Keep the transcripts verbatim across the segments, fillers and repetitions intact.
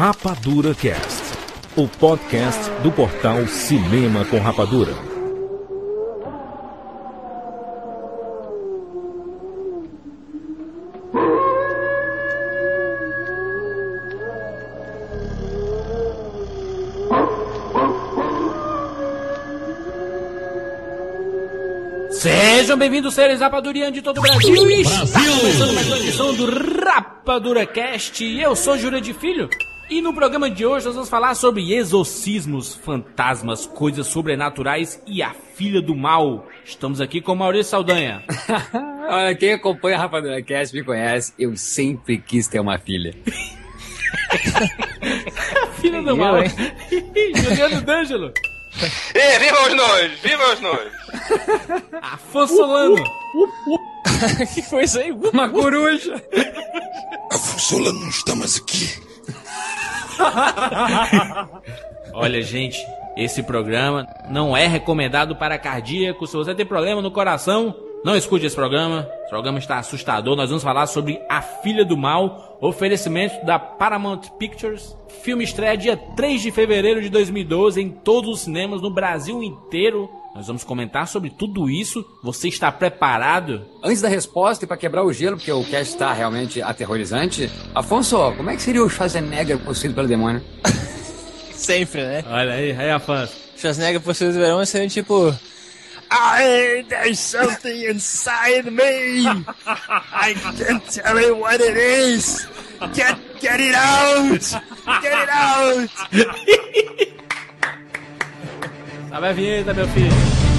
Rapadura Cast, o podcast do portal Cinema com Rapadura. Sejam bem-vindos, seres rapadurianos de todo o Brasil. E está começando mais uma edição do Rapadura Cast. Eu sou Jurandir Filho. E no programa de hoje nós vamos falar sobre exorcismos, fantasmas, coisas sobrenaturais e a filha do mal. Estamos aqui com Maurício Saldanha. Olha, quem acompanha a Rapadura Cast me conhece. Eu sempre quis ter uma filha. A filha do mal. Juliano D'Angelo. E viva os nós! Viva os nós! Afonso Solano. O que foi isso aí? Uma coruja. Afonso Solano não está mais aqui. Olha, gente, esse programa não é recomendado para cardíacos. Se você tem problema no coração, não escute esse programa. Esse programa está assustador. Nós vamos falar sobre A Filha do Mal, oferecimento da Paramount Pictures. Filme estreia dia três de fevereiro de dois mil e doze em todos os cinemas no Brasil inteiro. Nós vamos comentar sobre tudo isso. Você está preparado? Antes da resposta e para quebrar o gelo, porque o cast está realmente aterrorizante, Afonso, como é que seria o Schwarzenegger possuído pelo demônio? Sempre, né? Olha aí, aí Afonso. Schwarzenegger possuído pelo demônio seria tipo... I, there's something inside me. I can't tell you what it is. Get, get it out. Get it out. Sabe a vinheta, meu filho?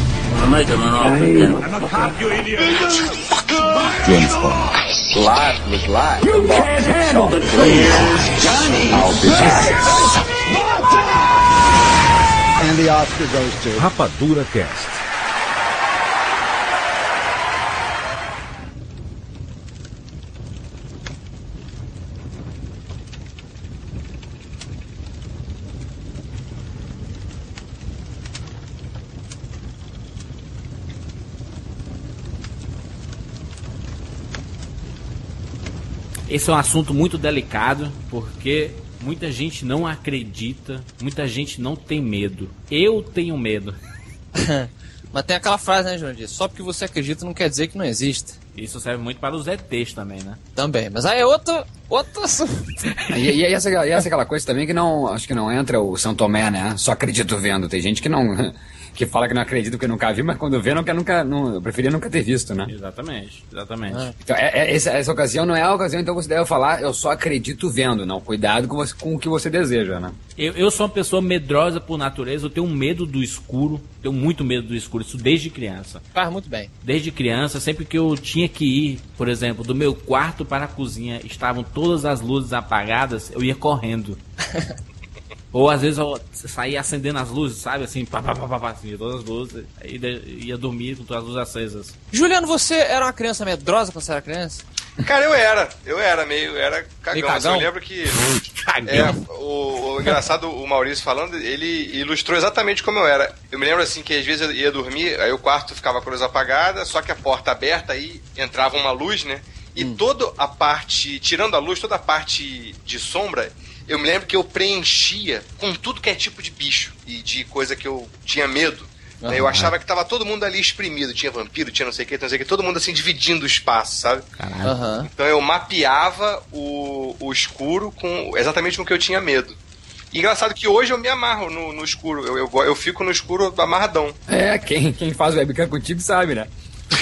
James Bond. Life was life. You can't handle the truth. Johnny. I'll be back. And the Oscar goes to Rapadura Cast. Esse é um assunto muito delicado, porque muita gente não acredita, muita gente não tem medo. Eu tenho medo. Mas tem aquela frase, né, Jurandir? Só porque você acredita não quer dizer que não existe. Isso serve muito para os E Tês também, né? Também, mas aí é outro, outro assunto. E, e, essa, e essa é aquela coisa também que não, acho que não entra o São Tomé, né? Só acredito vendo. Tem gente que não... que fala que não acredita porque nunca viu, mas quando vê não quer nunca, não, eu preferia nunca ter visto, né? Exatamente, exatamente. Ah. Então, é, é, essa, essa ocasião não é a ocasião, então você deve falar, eu só acredito vendo, não. Cuidado com, você, com o que você deseja, né? Eu, eu sou uma pessoa medrosa por natureza, eu tenho medo do escuro, tenho muito medo do escuro, isso desde criança. Faz muito bem. Desde criança, sempre que eu tinha que ir, por exemplo, do meu quarto para a cozinha, estavam todas as luzes apagadas, eu ia correndo. Ou às vezes eu saía acendendo as luzes, sabe? Assim, pá, pá, pá, pá, pá, assim, todas as luzes. Aí ia dormir com todas as luzes acesas. Juliano, você era uma criança medrosa quando você era criança? Cara, eu era. Eu era meio... Era cagão. Meio cagão? Assim, eu lembro que... é, o, o engraçado, o Maurício falando, ele ilustrou exatamente como eu era. Eu me lembro assim que às vezes eu ia dormir, aí o quarto ficava com a luz apagada, só que a porta aberta, aí entrava uma luz, né? E hum. toda a parte... Tirando a luz, toda a parte de sombra... Eu me lembro que eu preenchia com tudo que é tipo de bicho e de coisa que eu tinha medo. Uhum. Né? Eu achava que tava todo mundo ali exprimido. Tinha vampiro, tinha não sei o que, não sei o que. Todo mundo assim dividindo o espaço, sabe? Uhum. Então eu mapeava o, o escuro com exatamente com o que eu tinha medo. E engraçado que hoje eu me amarro no, no escuro. Eu, eu, eu fico no escuro amarradão. É, quem, quem faz webcam contigo sabe, né?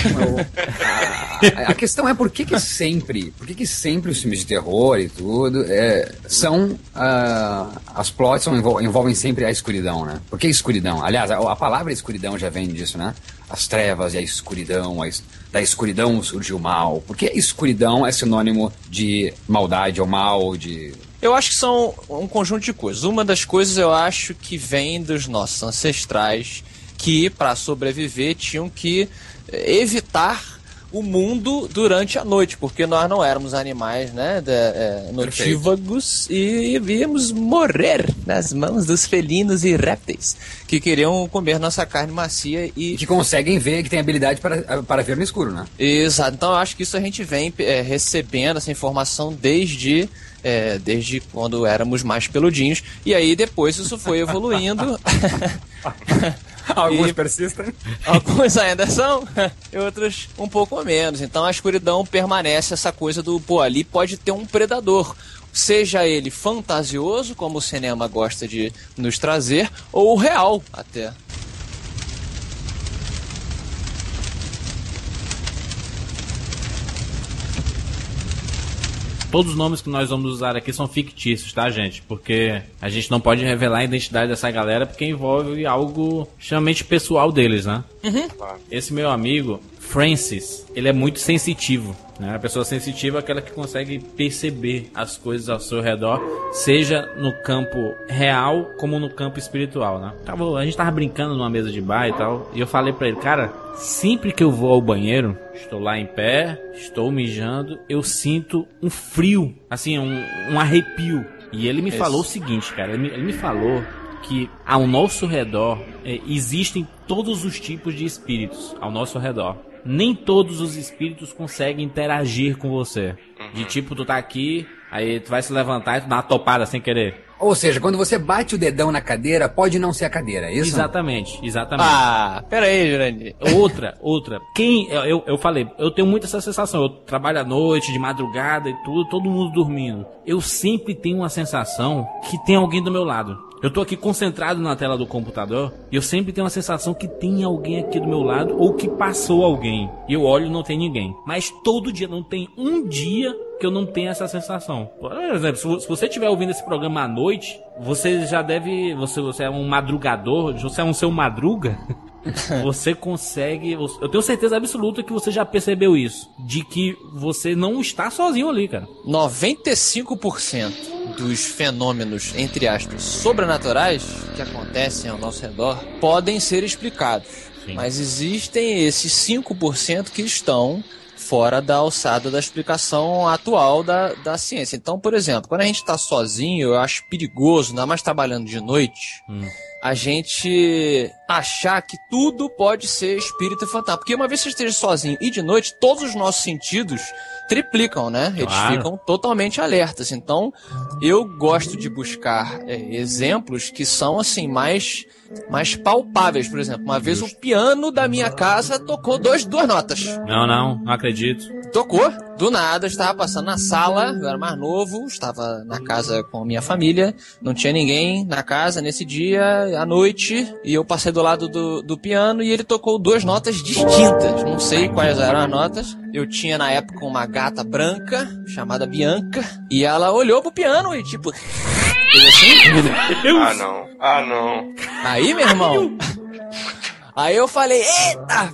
a, a questão é por que que sempre, por que que sempre os filmes de terror e tudo é, são, uh, as plots são, envol, envolvem sempre a escuridão, né? Por que escuridão? Aliás, a, a palavra escuridão já vem disso, né? As trevas e a escuridão, a es, da escuridão surge o mal. Por que escuridão é sinônimo de maldade ou mal, de... Eu acho que são um conjunto de coisas. Uma das coisas eu acho que vem dos nossos ancestrais que, para sobreviver, tinham que evitar o mundo durante a noite, porque nós não éramos animais, né, de, é, notívagos e íamos morrer nas mãos dos felinos e répteis que queriam comer nossa carne macia e... Que conseguem ver, que tem habilidade para, para ver no escuro, né? Exato. Então eu acho que isso a gente vem é, recebendo essa informação desde... É, desde quando éramos mais peludinhos. E aí depois isso foi evoluindo. Alguns e persistem. Alguns ainda são, e outros um pouco menos. Então a escuridão permanece essa coisa do, pô, ali pode ter um predador. Seja ele fantasioso, como o cinema gosta de nos trazer, ou real até. Todos os nomes que nós vamos usar aqui são fictícios, tá, gente? Porque a gente não pode revelar a identidade dessa galera porque envolve algo extremamente pessoal deles, né? Uhum. Esse meu amigo, Francis, ele é muito sensitivo, né? A pessoa sensitiva é aquela que consegue perceber as coisas ao seu redor, seja no campo real como no campo espiritual, né? A gente tava brincando numa mesa de bar e tal, e eu falei pra ele, cara, sempre que eu vou ao banheiro, estou lá em pé, estou mijando, eu sinto um frio, assim, um, um arrepio. E ele me Isso. falou o seguinte, cara, ele me, ele me falou que ao nosso redor é, existem todos os tipos de espíritos ao nosso redor. Nem todos os espíritos conseguem interagir com você. De tipo, tu tá aqui, aí tu vai se levantar e tu dá uma topada sem querer. Ou seja, quando você bate o dedão na cadeira, pode não ser a cadeira, é isso? Exatamente, exatamente. Ah, pera aí, Jurandir. Outra, outra. Quem, eu, eu falei, eu tenho muito essa sensação, eu trabalho à noite, de madrugada e tudo, todo mundo dormindo. Eu sempre tenho uma sensação que tem alguém do meu lado. Eu tô aqui concentrado na tela do computador e eu sempre tenho uma sensação que tem alguém aqui do meu lado ou que passou alguém. E eu olho e não tem ninguém. Mas todo dia, não tem um dia que eu não tenho essa sensação. Por exemplo, se você estiver ouvindo esse programa à noite, você já deve... Você, você é um madrugador, você é um seu madruga... Você consegue... Eu tenho certeza absoluta que você já percebeu isso. De que você não está sozinho ali, cara. noventa e cinco por cento dos fenômenos, entre aspas, sobrenaturais que acontecem ao nosso redor podem ser explicados. Sim. Mas existem esses cinco por cento que estão fora da alçada da explicação atual da, da ciência. Então, por exemplo, quando a gente está sozinho, eu acho perigoso, ainda mais trabalhando de noite... Hum. A gente achar que tudo pode ser espírito e fantasma. Porque uma vez que você esteja sozinho e de noite, todos os nossos sentidos triplicam, né? Eles claro. ficam totalmente alertas. Então, eu gosto de buscar é, exemplos que são, assim, mais, mais palpáveis. Por exemplo, uma vez o piano da minha casa tocou dois, duas notas. Não, não, não acredito. Tocou. Do nada, eu estava passando na sala, eu era mais novo, estava na casa com a minha família, não tinha ninguém na casa nesse dia, à noite, e eu passei do lado do, do piano e ele tocou duas notas distintas. Não sei quais eram as notas. Eu tinha na época uma gata branca, chamada Bianca, e ela olhou pro piano e tipo... assim, ah, não. Ah, não. Aí, meu irmão... Aí eu falei, eita,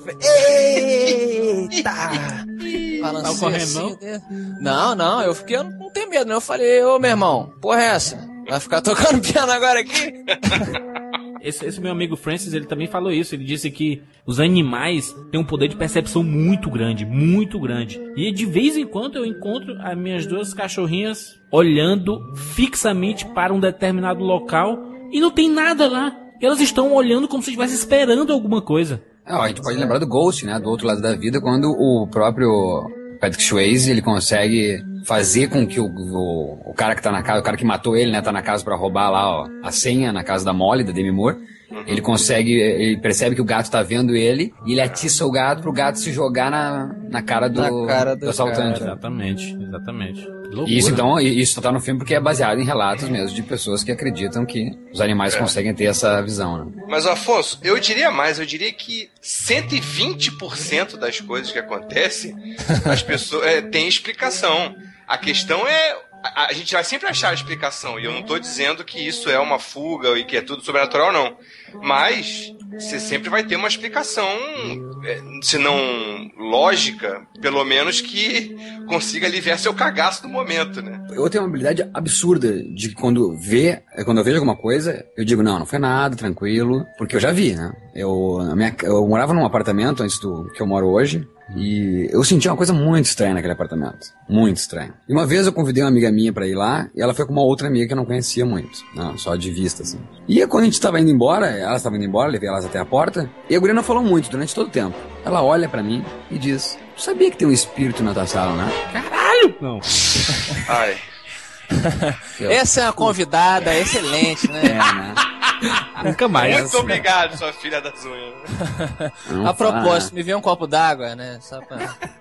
eita... Tá correndo, assim, não? Não, não, eu fiquei, eu não tenho medo, não. Eu falei, ô meu irmão, porra é essa? Vai ficar tocando piano agora aqui? Esse, esse meu amigo Francis, ele também falou isso. Ele disse que os animais têm um poder de percepção muito grande, muito grande. E de vez em quando eu encontro as minhas duas cachorrinhas olhando fixamente para um determinado local e não tem nada lá. Elas estão olhando como se estivessem esperando alguma coisa. É, ó, a gente pode lembrar do Ghost, né? Do Outro Lado da Vida, quando o próprio Patrick Swayze, ele consegue fazer com que o, o, o cara que tá na casa, o cara que matou ele, né, tá na casa pra roubar lá, ó, a senha na casa da Molly, da Demi Moore. Ele consegue, ele percebe que o gato tá vendo ele e ele atiça o gato pro gato se jogar na, na cara do, na cara do, do assaltante. Cara. Exatamente, exatamente. Isso, então, isso tá no filme porque é baseado em relatos mesmo de pessoas que acreditam que os animais é. conseguem ter essa visão, né? Mas, Afonso, eu diria mais, eu diria que cento e vinte por cento das coisas que acontecem, as pessoas é, têm explicação. A questão é... A, a gente vai sempre achar a explicação, e eu não tô dizendo que isso é uma fuga e que é tudo sobrenatural, não. Mas você sempre vai ter uma explicação, se não lógica, pelo menos que consiga aliviar seu cagaço do momento, né? Eu tenho uma habilidade absurda de quando vê, quando eu vejo alguma coisa, eu digo, não, não foi nada, tranquilo, porque eu já vi, né? Eu, a minha, eu morava num apartamento antes do que eu moro hoje, E eu senti uma coisa muito estranha naquele apartamento. Muito estranha. E uma vez eu convidei uma amiga minha pra ir lá, e ela foi com uma outra amiga que eu não conhecia muito. Não, só de vista, assim. E quando a gente tava indo embora, elas estavam indo embora, levei elas até a porta, e a guria não falou muito durante todo o tempo. Ela olha pra mim e diz: "Tu sabia que tem um espírito na tua sala, né?" Caralho! Não. Ai. Essa é uma convidada excelente, né? É, né? Nunca mais. Muito obrigado, sua filha das unhas. Não A propósito, fala. me vê um copo d'água, né? Só pra...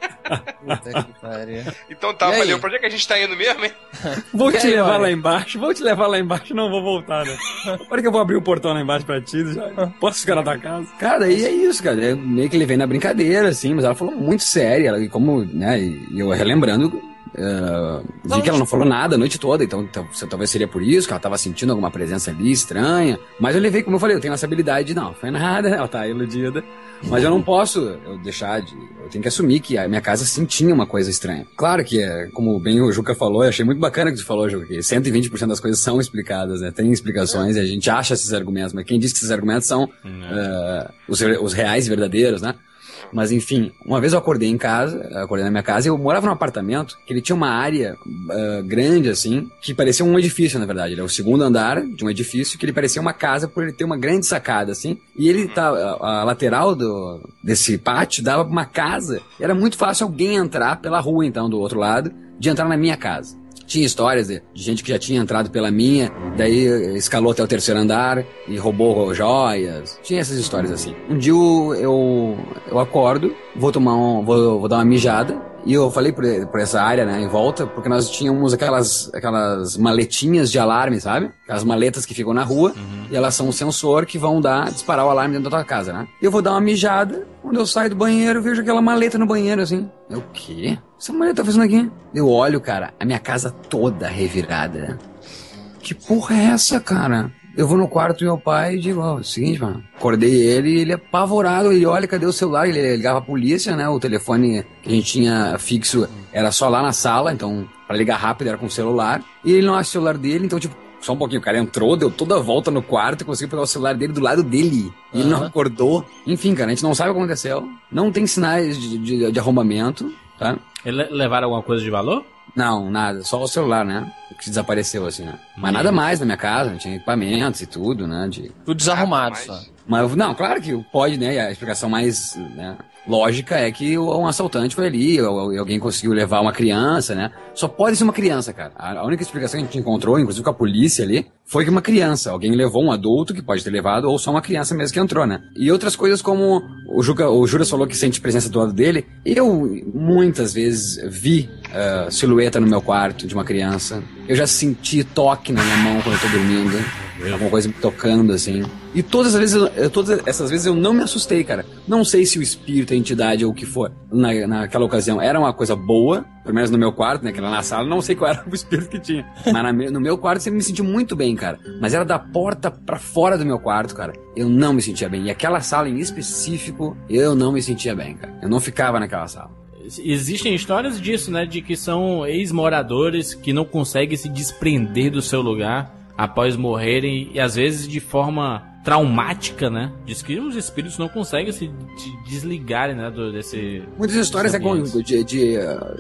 Puta que pariu. Então tá, E aí? valeu. Pra onde é que a gente tá indo mesmo, hein? Vou E te aí, levar olha? lá embaixo, vou te levar lá embaixo, não vou voltar, né? Para que eu vou abrir o portão lá embaixo pra ti, já posso ficar na tua casa. Cara, e é isso, cara. Eu meio que levei na brincadeira, assim, mas ela falou muito séria. Ela, e como, né, e eu relembrando, uh, vi que ela não falou nada a noite toda, então, então talvez seria por isso que ela tava sentindo alguma presença ali estranha. Mas eu levei, como eu falei, eu tenho essa habilidade de não, foi nada, ela tá iludida. Mas eu não posso eu deixar de... Eu tenho que assumir que a minha casa sim tinha uma coisa estranha. Claro que, é, como bem o Juca falou, eu achei muito bacana que tu falou, Juca, que cento e vinte por cento das coisas são explicadas, né? Tem explicações e a gente acha esses argumentos, mas quem diz que esses argumentos são uh, os, os reais e verdadeiros, né? Mas enfim, uma vez eu acordei em casa, acordei na minha casa, e eu morava num apartamento que ele tinha uma área uh, grande, assim, que parecia um edifício, na verdade. Ele é o segundo andar de um edifício que ele parecia uma casa por ele ter uma grande sacada, assim. E ele tá, a, a lateral do, desse pátio dava pra uma casa. E era muito fácil alguém entrar pela rua, então, do outro lado, de entrar na minha casa. Tinha histórias de, de gente que já tinha entrado pela minha, daí escalou até o terceiro andar e roubou joias. Tinha essas histórias assim. Um dia eu, eu, eu acordo, vou tomar um, vou, vou dar uma mijada, e eu falei por, por essa área, né, em volta, porque nós tínhamos aquelas, aquelas maletinhas de alarme, sabe? Aquelas maletas que ficam na rua, uhum. E elas são um sensor que vão dar, disparar o alarme dentro da tua casa, né? Eu vou dar uma mijada, quando eu saio do banheiro, eu vejo aquela maleta no banheiro, assim. Eu, o quê? Essa maleta tá fazendo aqui? Eu olho, cara, a minha casa toda revirada. Que porra é essa, cara? Eu vou no quarto do meu pai e digo, ó, oh, é o seguinte, mano, acordei ele e ele é apavorado, ele olha, cadê o celular? Ele ligava a polícia, né, o telefone que a gente tinha fixo era só lá na sala, então, pra ligar rápido era com o celular, e ele não acha o celular dele, então, tipo, só um pouquinho, o cara entrou, deu toda a volta no quarto e conseguiu pegar o celular dele do lado dele, e ele não acordou. Enfim, cara, a gente não sabe o que aconteceu, não tem sinais de, de, de arrombamento, tá? Ele levaram alguma coisa de valor? Não, nada, só o celular, né? Que desapareceu, assim, né? Mas nada mais na minha casa, não tinha equipamentos e tudo, né? De... Tudo desarrumado, Ah, só. Mas, não, claro que pode, né? A explicação mais, né, lógica é que um assaltante foi ali, ou alguém conseguiu levar uma criança, né? Só pode ser uma criança, cara. A única explicação que a gente encontrou, inclusive com a polícia ali, foi que uma criança. Alguém levou um adulto que pode ter levado, ou só uma criança mesmo que entrou, né? E outras coisas como o, Juca, o Juras falou que sente presença do lado dele. Eu, muitas vezes, vi uh, silhueta no meu quarto de uma criança. Eu já senti toque na minha mão quando eu tô dormindo. Alguma coisa me tocando, assim. E todas as vezes, eu, todas essas vezes eu não me assustei, cara. Não sei se o espírito, a entidade ou o que for, na, naquela ocasião, era uma coisa boa, pelo menos no meu quarto, né, que era na sala, não sei qual era o espírito que tinha. Mas na, no meu quarto eu sempre me senti muito bem, cara. Mas era da porta pra fora do meu quarto, cara. Eu não me sentia bem. E aquela sala em específico, eu não me sentia bem, cara. Eu não ficava naquela sala. Existem histórias disso, né, de que são ex-moradores que não conseguem se desprender do seu lugar após morrerem, e às vezes de forma traumática, né? Diz que os espíritos não conseguem se de desligarem, né, do, desse... Muitas histórias é com, de, de,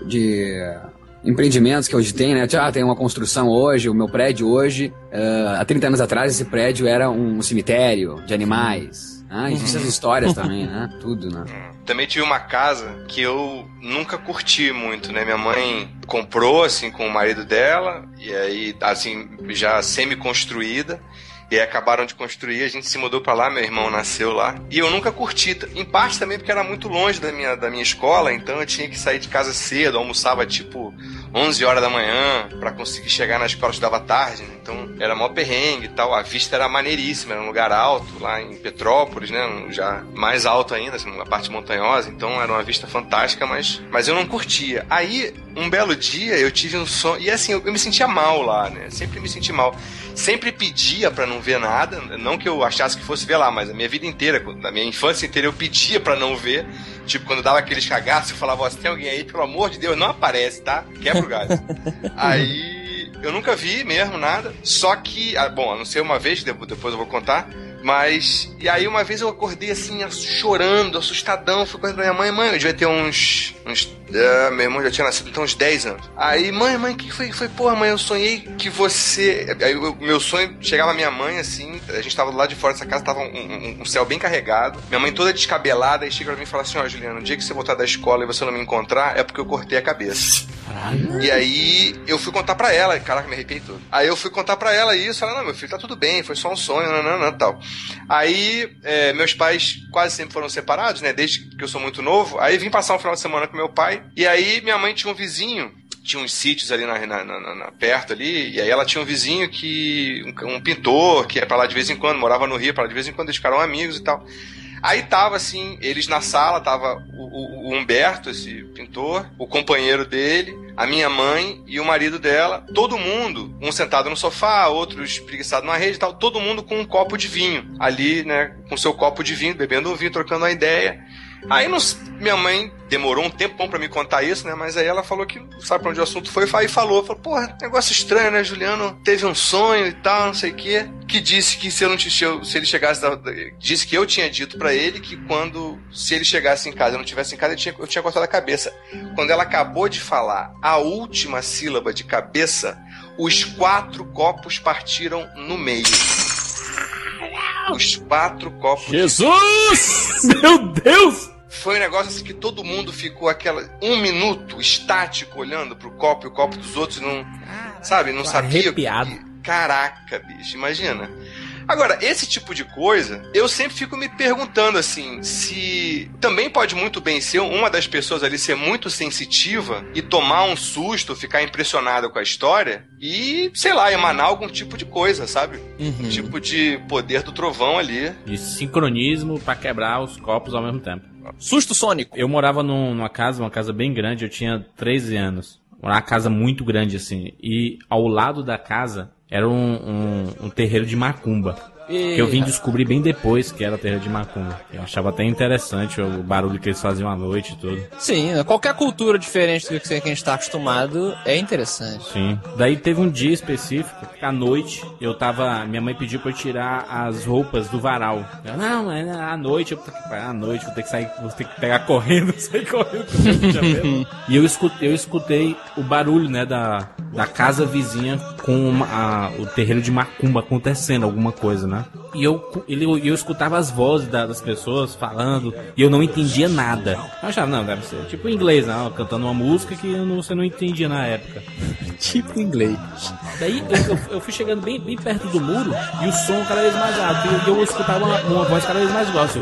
de empreendimentos que hoje tem, né? Ah, tem uma construção hoje, o meu prédio hoje, uh, há trinta anos atrás esse prédio era um cemitério de animais. Ah, existem as histórias também, né? Tudo, né? Também tive uma casa que eu nunca curti muito, né? Minha mãe comprou, assim, com o marido dela, e aí, assim, já semi-construída, e aí acabaram de construir, a gente se mudou pra lá, meu irmão nasceu lá, e eu nunca curti, em parte também porque era muito longe da minha, da minha escola, então eu tinha que sair de casa cedo, almoçava tipo onze horas da manhã pra conseguir chegar na escola, estudava tarde, né? Então era mó perrengue e tal, a vista era maneiríssima, era um lugar alto, lá em Petrópolis, né, já mais alto ainda, assim, uma parte montanhosa, então era uma vista fantástica, mas, mas eu não curtia. Aí, um belo dia, eu tive um sonho, e assim, eu, eu me sentia mal lá, né, sempre me senti mal, sempre pedia pra não ver nada, não que eu achasse que fosse ver lá, mas a minha vida inteira, na minha infância inteira, eu pedia pra não ver, tipo, quando dava aqueles cagaços, eu falava, ó, se tem alguém aí, pelo amor de Deus, não aparece, tá? Quebra o galho. Aí, eu nunca vi mesmo nada, só que, ah, bom, a não ser uma vez, depois eu vou contar, Mas, e aí uma vez eu acordei assim, chorando, assustadão, fui correndo pra minha mãe, mãe, eu devia ter uns, uns uh, meu irmão já tinha nascido, então uns dez anos. Aí, mãe, mãe, o que foi? Foi, porra, mãe, eu sonhei que você... Aí o meu sonho, chegava a minha mãe, assim, a gente tava do lado de fora dessa casa, tava um, um, um céu bem carregado, minha mãe toda descabelada, aí chega pra mim e fala assim, ó, oh, Juliano, o dia que você voltar da escola e você não me encontrar, é porque eu cortei a cabeça. Caralho. E aí, eu fui contar pra ela, caraca, me arrepiei todo. Aí eu fui contar pra ela isso, ela, não, meu filho, tá tudo bem, foi só um sonho, não, não, não, tal. Aí, é, meus pais quase sempre foram separados, né, desde que eu sou muito novo, aí vim passar um final de semana com meu pai, e aí minha mãe tinha um vizinho, tinha uns sítios ali na, na, na, na, perto ali, e aí ela tinha um vizinho que, um, um pintor, que ia pra lá de vez em quando, morava no Rio, pra lá de vez em quando, eles ficaram amigos e tal. Aí tava assim, eles na sala, tava o, o, o Humberto, esse pintor, o companheiro dele, a minha mãe e o marido dela, todo mundo, um sentado no sofá, outro espreguiçado na rede e tal, todo mundo com um copo de vinho, ali, né, com seu copo de vinho, bebendo um vinho, trocando uma ideia. Aí não, minha mãe demorou um tempão pra me contar isso, né? Mas aí ela falou que não sabe pra onde o assunto foi, aí falou, falou, porra, negócio estranho, né? Juliano teve um sonho e tal, não sei o quê, que disse que se eu não se ele chegasse, da, disse que eu tinha dito pra ele que quando, se ele chegasse em casa, eu não tivesse em casa, eu tinha, eu tinha cortado a cabeça. Quando ela acabou de falar a última sílaba de cabeça, os quatro copos partiram no meio. Os quatro copos. Jesus! De... Meu Deus! Foi um negócio assim que todo mundo ficou aquela um minuto estático olhando pro copo e o copo dos outros não, sabe, não sabia. Arrepiado. Que... Caraca, bicho, imagina. Agora, esse tipo de coisa, eu sempre fico me perguntando assim, se também pode muito bem ser uma das pessoas ali ser muito sensitiva e tomar um susto, ficar impressionada com a história e, sei lá, emanar algum tipo de coisa, sabe? Uhum. Um tipo de poder do trovão ali. De sincronismo pra quebrar os copos ao mesmo tempo. Susto sônico. Eu morava num, numa casa, uma casa bem grande, eu tinha treze anos. Uma casa muito grande, assim. E ao lado da casa era um, um, um terreiro de macumba. Que eu vim descobrir bem depois que era terreiro de macumba. Eu achava até interessante o barulho que eles faziam à noite e tudo. Sim, qualquer cultura diferente do que a gente está acostumado é interessante. Sim. Daí teve um dia específico, à noite, eu tava... Minha mãe pediu pra eu tirar as roupas do varal. Eu, não, é à noite, eu à noite, vou ter que sair, vou ter que pegar correndo, sair correndo. E eu escutei, eu escutei o barulho, né, da, da casa vizinha com uma, a, o terreiro de macumba acontecendo, alguma coisa, né? E eu, ele, eu escutava as vozes das pessoas falando e eu não entendia nada. Eu achava, não, deve ser tipo inglês, né? Cantando uma música que eu não, você não entendia na época. Tipo inglês. Daí eu, eu, eu fui chegando bem, bem perto do muro e o som cada vez mais alto. E eu, eu escutava uma, uma voz cada vez mais grossa.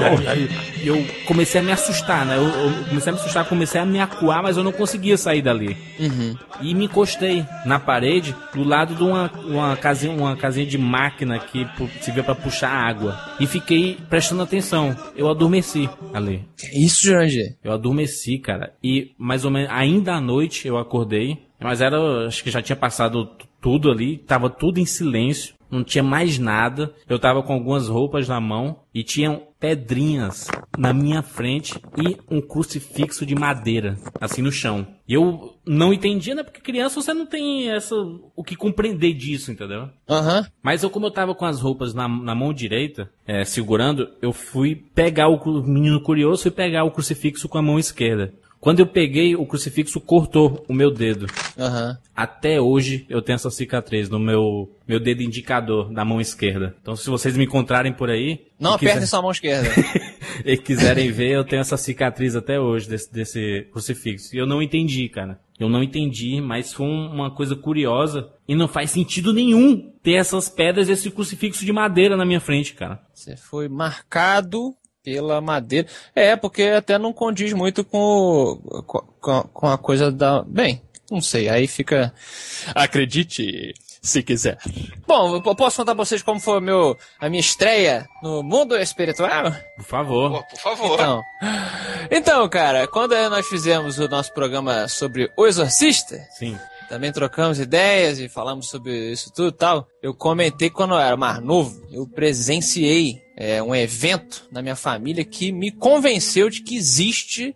E eu comecei a me assustar, né? Eu, eu comecei a me assustar, comecei a me acuar, mas eu não conseguia sair dali. Uhum. E me encostei na parede do lado de uma, uma, casinha, uma casinha de máquina que servia pra puxar água. E fiquei prestando atenção. Eu adormeci ali. Que isso, Jurandir? Eu adormeci, cara. E mais ou menos, ainda à noite eu acordei. Mas era, acho que já tinha passado tudo ali. Tava tudo em silêncio. Não tinha mais nada. Eu tava com algumas roupas na mão. E tinham pedrinhas na minha frente e um crucifixo de madeira, assim no chão. E eu não entendia, né? Porque criança você não tem essa, o que compreender disso, entendeu? Aham. Uhum. Mas eu, como eu tava com as roupas na, na mão direita, é, segurando, eu fui pegar o menino curioso, fui pegar o crucifixo com a mão esquerda. Quando eu peguei, o crucifixo cortou o meu dedo. Uhum. Até hoje eu tenho essa cicatriz no meu, meu dedo indicador da mão esquerda. Então se vocês me encontrarem por aí... Não apertem quiser... sua mão esquerda. E quiserem ver, eu tenho essa cicatriz até hoje desse, desse crucifixo. E eu não entendi, cara. Eu não entendi, mas foi uma coisa curiosa. E não faz sentido nenhum ter essas pedras e esse crucifixo de madeira na minha frente, cara. Você foi marcado... pela madeira. É, porque até não condiz muito com, com, com a coisa da... Bem, não sei, aí fica... Acredite, se quiser. Bom, eu posso contar pra vocês como foi meu, a minha estreia no mundo espiritual? Por favor. Pô, por favor. Então, então, cara, quando nós fizemos o nosso programa sobre O Exorcista... Sim. Também trocamos ideias e falamos sobre isso tudo e tal. Eu comentei que quando eu era mais novo, eu presenciei é, um evento na minha família que me convenceu de que existe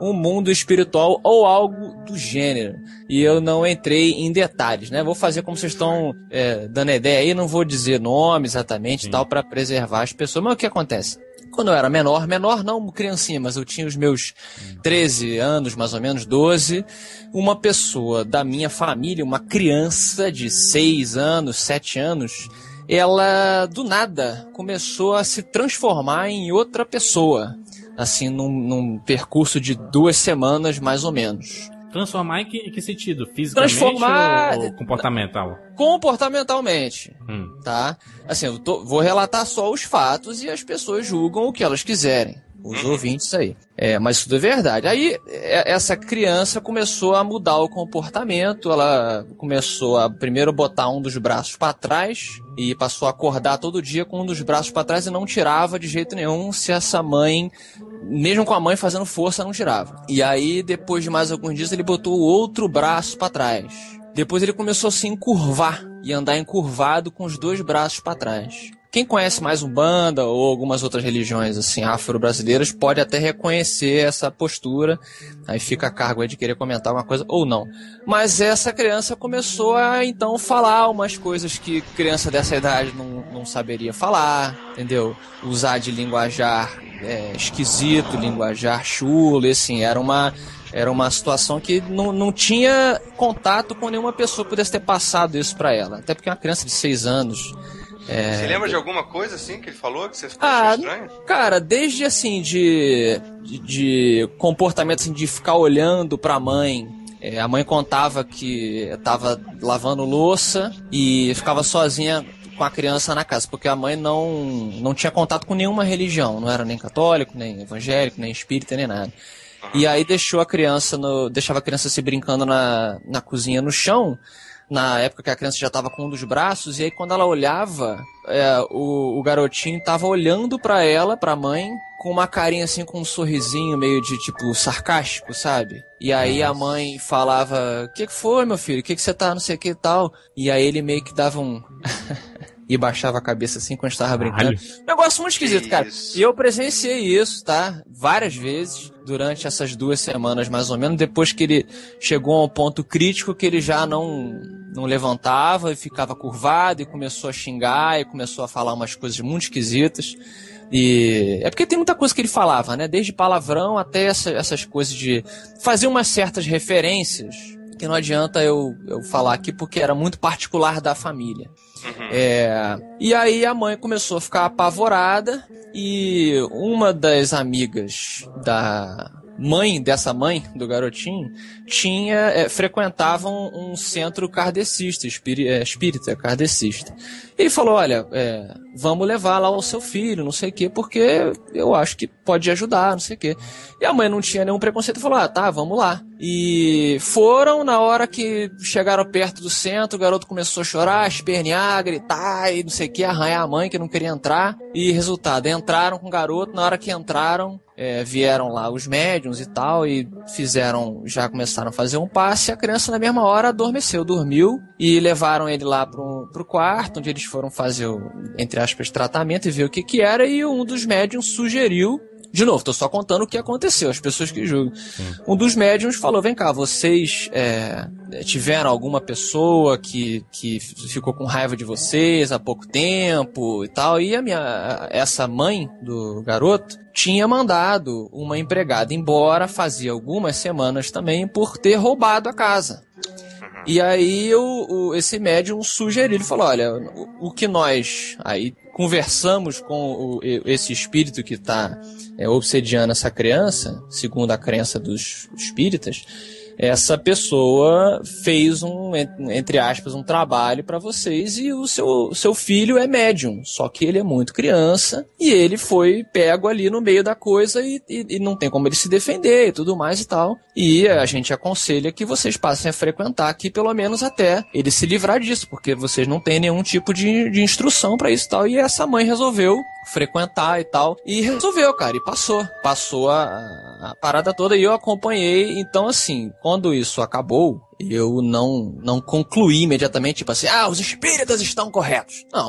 um mundo espiritual ou algo do gênero. E eu não entrei em detalhes, né? Vou fazer como vocês estão é, dando ideia aí, não vou dizer nome exatamente e tal, para preservar as pessoas. Mas o que acontece? Quando eu era menor, menor não criancinha, mas eu tinha os meus treze anos, mais ou menos, doze, uma pessoa da minha família, uma criança de seis anos, sete anos, ela, do nada, começou a se transformar em outra pessoa, assim, num, num percurso de duas semanas, mais ou menos. Transformar em que, em que sentido? Fisicamente Transformar... ou, ou comportamental? Comportamentalmente, hum. tá? Assim, eu tô, vou relatar só os fatos e as pessoas julgam o que elas quiserem. Os ouvintes aí. É, mas isso tudo é verdade. Aí, essa criança começou a mudar o comportamento, ela começou a primeiro botar um dos braços para trás e passou a acordar todo dia com um dos braços para trás e não tirava de jeito nenhum se essa mãe, mesmo com a mãe fazendo força, não tirava. E aí, depois de mais alguns dias, ele botou o outro braço para trás. Depois ele começou a se encurvar e andar encurvado com os dois braços para trás. Quem conhece mais Umbanda ou algumas outras religiões assim afro-brasileiras pode até reconhecer essa postura. Aí fica a cargo aí de querer comentar alguma coisa ou não. Mas essa criança começou a então falar umas coisas que criança dessa idade não, não saberia falar, entendeu? Usar de linguajar é, esquisito, linguajar chulo, e assim, era uma... Era uma situação que não, não tinha contato com nenhuma pessoa que pudesse ter passado isso pra ela. Até porque uma criança de seis anos... É... Você lembra de alguma coisa assim que ele falou que você ficou ah, estranho? Cara, desde assim, de, de, de comportamento assim, de ficar olhando pra mãe. É, a mãe contava que tava lavando louça e ficava sozinha com a criança na casa, porque a mãe não, não tinha contato com nenhuma religião. Não era nem católico, nem evangélico, nem espírita, nem nada. E aí deixou a criança no, deixava a criança se brincando na, na cozinha no chão, na época que a criança já estava com um dos braços, e aí quando ela olhava, é, o, o garotinho estava olhando pra ela, pra mãe, com uma carinha assim, com um sorrisinho meio de tipo sarcástico, sabe? E aí a mãe falava, o que que foi, meu filho? O que que você tá, não sei o que e tal? E aí ele meio que dava um... e baixava a cabeça assim quando estava brincando. Negócio muito esquisito, cara. E eu presenciei isso, tá? Várias vezes durante essas duas semanas, mais ou menos, depois que ele chegou a um ponto crítico que ele já não, não levantava e ficava curvado e começou a xingar e começou a falar umas coisas muito esquisitas. E é porque tem muita coisa que ele falava, né? Desde palavrão até essa, essas coisas de fazer umas certas referências que não adianta eu, eu falar aqui porque era muito particular da família. Uhum. É, e aí a mãe começou a ficar apavorada e uma das amigas da mãe dessa mãe do garotinho tinha é, frequentava um, um centro kardecista, espírita, é, espírita kardecista. Ele falou, olha, é, vamos levar lá o seu filho, não sei o quê, porque eu acho que pode ajudar, não sei o quê. E a mãe não tinha nenhum preconceito e falou, ah, tá, vamos lá. E foram, na hora que chegaram perto do centro, o garoto começou a chorar, espernear, gritar e não sei o quê, arranhar a mãe que não queria entrar. E resultado, entraram com o garoto, na hora que entraram, é, vieram lá os médiuns e tal, e fizeram, já começaram a fazer um passe, e a criança na mesma hora adormeceu, dormiu, e levaram ele lá pro, pro quarto, onde eles foram fazer o, entre aspas, tratamento e ver o que que era, e um dos médiuns sugeriu, de novo, tô só contando o que aconteceu, as pessoas que julgam. Sim. Um dos médiuns falou, vem cá, vocês é, tiveram alguma pessoa que, que ficou com raiva de vocês há pouco tempo e tal, e a minha, essa mãe do garoto tinha mandado uma empregada embora fazia algumas semanas também por ter roubado a casa. E aí o, o, esse médium sugeriu, ele falou, olha, o, o que nós aí conversamos com o, esse espírito que está é, obsediando essa criança, segundo a crença dos espíritas, essa pessoa fez um, entre aspas, um trabalho para vocês e o seu, seu filho é médium, só que ele é muito criança e ele foi pego ali no meio da coisa e, e, e não tem como ele se defender e tudo mais e tal. E a gente aconselha que vocês passem a frequentar aqui pelo menos até ele se livrar disso, porque vocês não têm nenhum tipo de, de instrução para isso e tal. E essa mãe resolveu frequentar e tal, e resolveu, cara, e passou, passou a, a parada toda e eu acompanhei. Então assim, quando isso acabou, eu não, não concluí imediatamente, tipo assim, ah, os espíritas estão corretos. Não,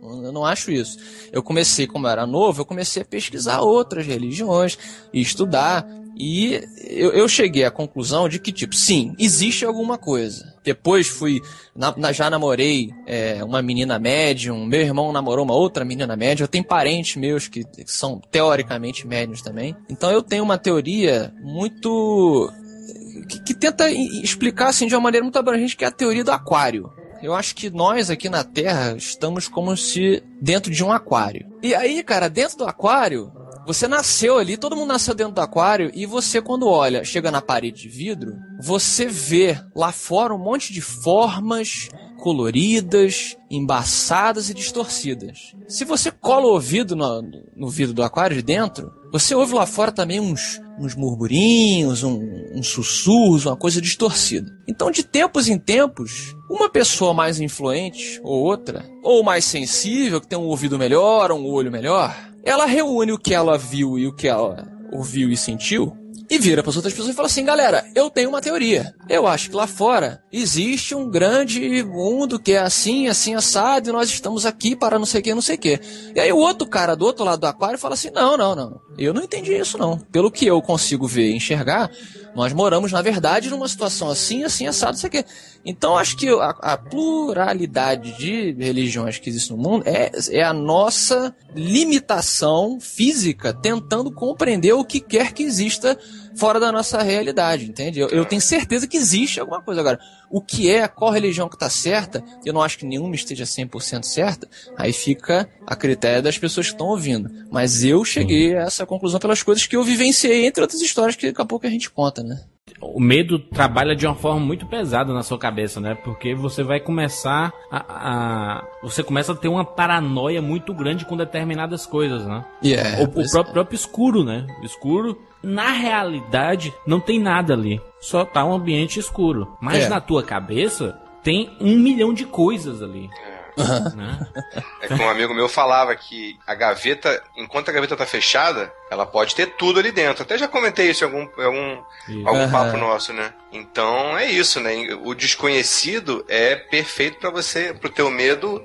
Eu não acho isso. Eu comecei, como eu era novo, eu comecei a pesquisar outras religiões e estudar. E eu, eu cheguei à conclusão de que, tipo, sim, existe alguma coisa. Depois fui, na, na, já namorei é, uma menina médium, meu irmão namorou uma outra menina médium, eu tenho parentes meus que são teoricamente médiums também. Então eu tenho uma teoria muito... que, que tenta explicar assim, de uma maneira muito abrangente, que é a teoria do aquário. Eu acho que nós aqui na Terra estamos como se dentro de um aquário. E aí, cara, dentro do aquário... Você nasceu ali, todo mundo nasceu dentro do aquário, e você, quando olha, chega na parede de vidro, você vê lá fora um monte de formas coloridas, embaçadas e distorcidas. Se você cola o ouvido no, no vidro do aquário de dentro, você ouve lá fora também uns, uns murmurinhos, um, uns sussurros, uma coisa distorcida. Então, de tempos em tempos, uma pessoa mais influente, ou outra, ou mais sensível, que tem um ouvido melhor, ou um olho melhor, ela reúne o que ela viu e o que ela ouviu e sentiu e vira para as outras pessoas e fala assim, galera, eu tenho uma teoria. Eu acho que lá fora existe um grande mundo que é assim, assim, assado, e nós estamos aqui para não sei o que, não sei o que. E aí o outro cara do outro lado do aquário fala assim, não, não, não, eu não entendi isso não. Pelo que eu consigo ver e enxergar, nós moramos, na verdade, numa situação assim, assim, assado, não sei o que. Então, acho que a, a pluralidade de religiões que existe no mundo é, é a nossa limitação física tentando compreender o que quer que exista fora da nossa realidade, entende? Eu, eu tenho certeza que existe alguma coisa. Agora, o que é, qual religião que está certa, eu não acho que nenhuma esteja cem por cento certa, aí fica a critério das pessoas que estão ouvindo. Mas eu cheguei a essa conclusão pelas coisas que eu vivenciei, entre outras histórias que daqui a pouco a gente conta, né? O medo trabalha de uma forma muito pesada na sua cabeça, né? Porque você vai começar a, a... Você começa a ter uma paranoia muito grande com determinadas coisas, né? Yeah, o o próprio, próprio escuro, né? O escuro, na realidade, não tem nada ali. Só tá um ambiente escuro. Mas É. na tua cabeça, tem um milhão de coisas ali. É. Né? É que um amigo meu falava que a gaveta, enquanto a gaveta tá fechada, ela pode ter tudo ali dentro. Até já comentei isso em algum, em algum, Isso. algum Aham. papo nosso, né? Então é isso, né? O desconhecido é perfeito pra você, pro teu medo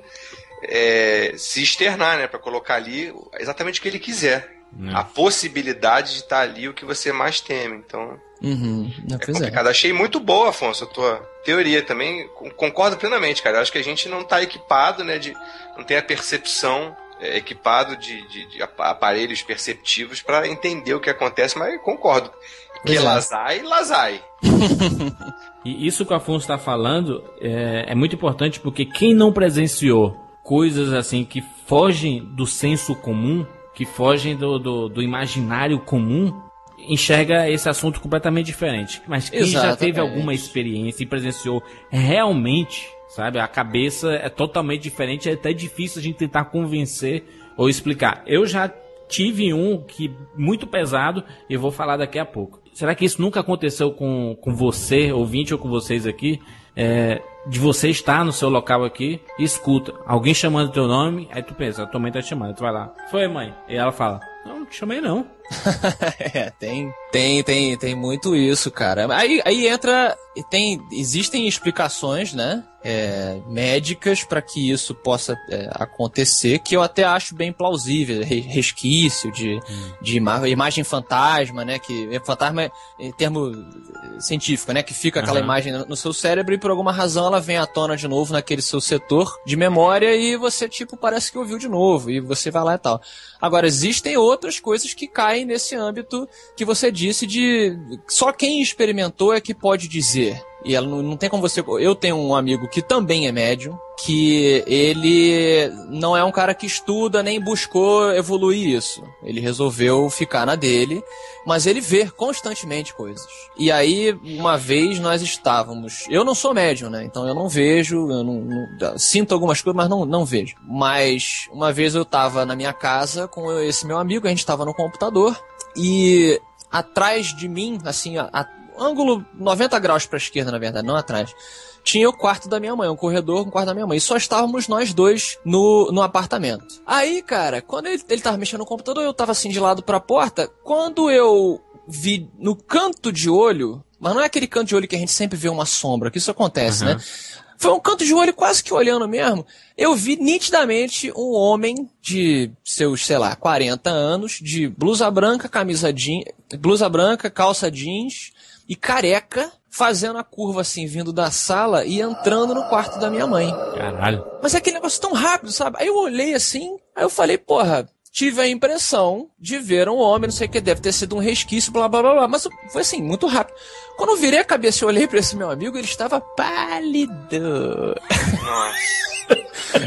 é, se externar, né? Pra colocar ali exatamente o que ele quiser. Não. A possibilidade de estar ali o que você mais teme. Então Uhum. Não, é pois é. complicado. Achei muito boa, Afonso, a tua teoria também. Com- Concordo plenamente, cara. Eu acho que a gente não tá equipado, né? De, não tem a percepção é, equipado de, de- de ap- aparelhos perceptivos pra entender o que acontece, mas concordo. Que Pois é. lazai, lazai. E isso que o Afonso está falando é, é muito importante porque quem não presenciou coisas assim que fogem do senso comum, que fogem do, do, do imaginário comum, enxerga esse assunto completamente diferente. Mas quem já teve Exatamente. alguma experiência e presenciou realmente, sabe, a cabeça é totalmente diferente, é até difícil a gente tentar convencer ou explicar. Eu já tive um que muito pesado e eu vou falar daqui a pouco. Será que isso nunca aconteceu com, com você, ouvinte, ou com vocês aqui? É, de você estar no seu local aqui e escuta alguém chamando teu nome, aí tu pensa, a tua mãe tá te chamando, tu vai lá, foi mãe? E ela fala, não, não te chamei não. É, tem, tem, tem, tem muito isso, cara. Aí, aí entra, tem, existem explicações, né, é, médicas para que isso possa é, acontecer, que eu até acho bem plausível, re- resquício de, de ima- imagem fantasma, né, que é fantasma é, em termo científico, né, que fica aquela Aham. imagem no no seu cérebro e por alguma razão ela vem à tona de novo naquele seu setor de memória e você, tipo, parece que ouviu de novo e você vai lá e tal. Agora, existem outras coisas que caem nesse âmbito que você disse de só quem experimentou é que pode dizer. E ela não, não tem como você... Eu tenho um amigo que também é médium, que ele não é um cara que estuda nem buscou evoluir isso. Ele resolveu ficar na dele, mas ele vê constantemente coisas. E aí, uma vez nós estávamos... Eu não sou médium, né? Então eu não vejo, eu não, não- sinto algumas coisas, mas não, não vejo. Mas uma vez eu estava na minha casa com esse meu amigo, a gente estava no computador, e atrás de mim, assim, a, a ângulo noventa graus para a esquerda, na verdade, não atrás, tinha o quarto da minha mãe, um corredor com o quarto da minha mãe. E só estávamos nós dois no, no apartamento. Aí, cara, quando ele, ele tava mexendo no computador, eu tava assim de lado pra porta. Quando eu vi no canto de olho, mas não é aquele canto de olho que a gente sempre vê uma sombra, que isso acontece, Uhum. né? Foi um canto de olho quase que olhando mesmo. Eu vi nitidamente um homem de seus, sei lá, quarenta anos, de blusa branca, camisa jeans, blusa branca, calça jeans e careca, fazendo a curva assim, vindo da sala e entrando no quarto da minha mãe. Caralho. Mas é aquele negócio tão rápido, sabe? Aí eu olhei assim, aí eu falei, porra, tive a impressão de ver um homem, não sei o que, deve ter sido um resquício, blá, blá, blá, blá. Mas foi assim, muito rápido. Quando eu virei a cabeça e olhei pra esse meu amigo, ele estava pálido. Nossa.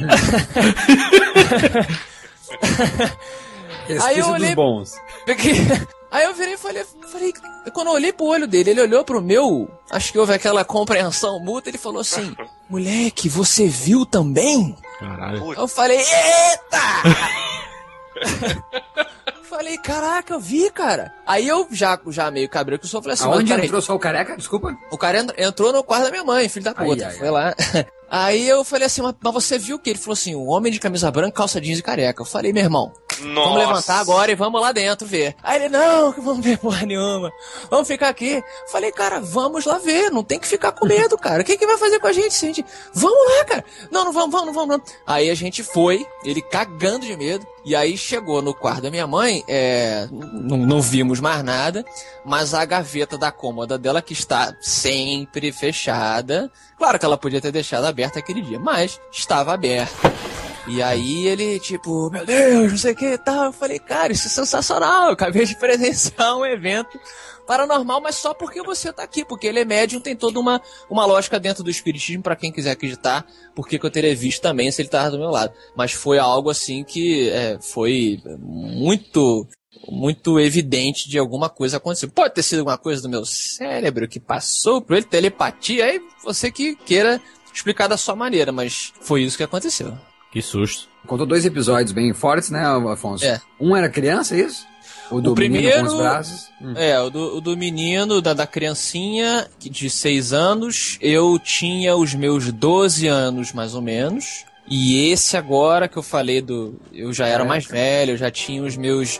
Aí eu olhei... dos bons. Peguei... Aí eu virei e falei, falei... Quando eu olhei pro olho dele, ele olhou pro meu... Acho que houve aquela compreensão mútua, ele falou assim... Moleque, você viu também? Caralho. Eu falei, eita! Falei, caraca, eu vi, cara. Aí eu já, já meio cabreiro que eu só falei assim... Aonde mas, entrou só o careca? Desculpa. O cara entrou no quarto da minha mãe, filho da puta. Ai, ai, foi ai. lá. Aí eu falei assim, mas, mas você viu o que? Ele falou assim, um homem de camisa branca, calça jeans e careca. Eu falei, meu irmão, Nossa. vamos levantar agora e vamos lá dentro ver. Aí ele, não, que vamos ver porra nenhuma. Vamos ficar aqui. Eu falei, cara, vamos lá ver, não tem que ficar com medo, cara. O que que vai fazer com a gente? gente? Vamos lá, cara. Não, não vamos, vamos, não vamos, não. Aí a gente foi, ele cagando de medo. E aí chegou no quarto da minha mãe, é, não, não vimos mais nada, mas a gaveta da cômoda dela, que está sempre fechada, claro que ela podia ter deixado aberta aquele dia, mas estava aberta. E aí ele, tipo, meu Deus, não sei o que e tal. Eu falei, cara, isso é sensacional, eu acabei de presenciar um evento paranormal, mas só porque você tá aqui, porque ele é médium, tem toda uma, uma lógica dentro do espiritismo, pra quem quiser acreditar, porque que eu teria visto também se ele tava do meu lado. Mas foi algo assim que é, foi muito, muito evidente de alguma coisa acontecer. Pode ter sido alguma coisa do meu cérebro que passou por ele, telepatia, aí você que queira explicar da sua maneira, mas foi isso que aconteceu. Que susto. Contou dois episódios bem fortes, né, Afonso? É. Um era criança, é isso? O do O primeiro, menino com os braços? Hum. É, o do, o do menino, da, da criancinha de seis anos, eu tinha os meus doze anos, mais ou menos. E esse agora que eu falei do... Eu já era É. mais velho, eu já tinha os meus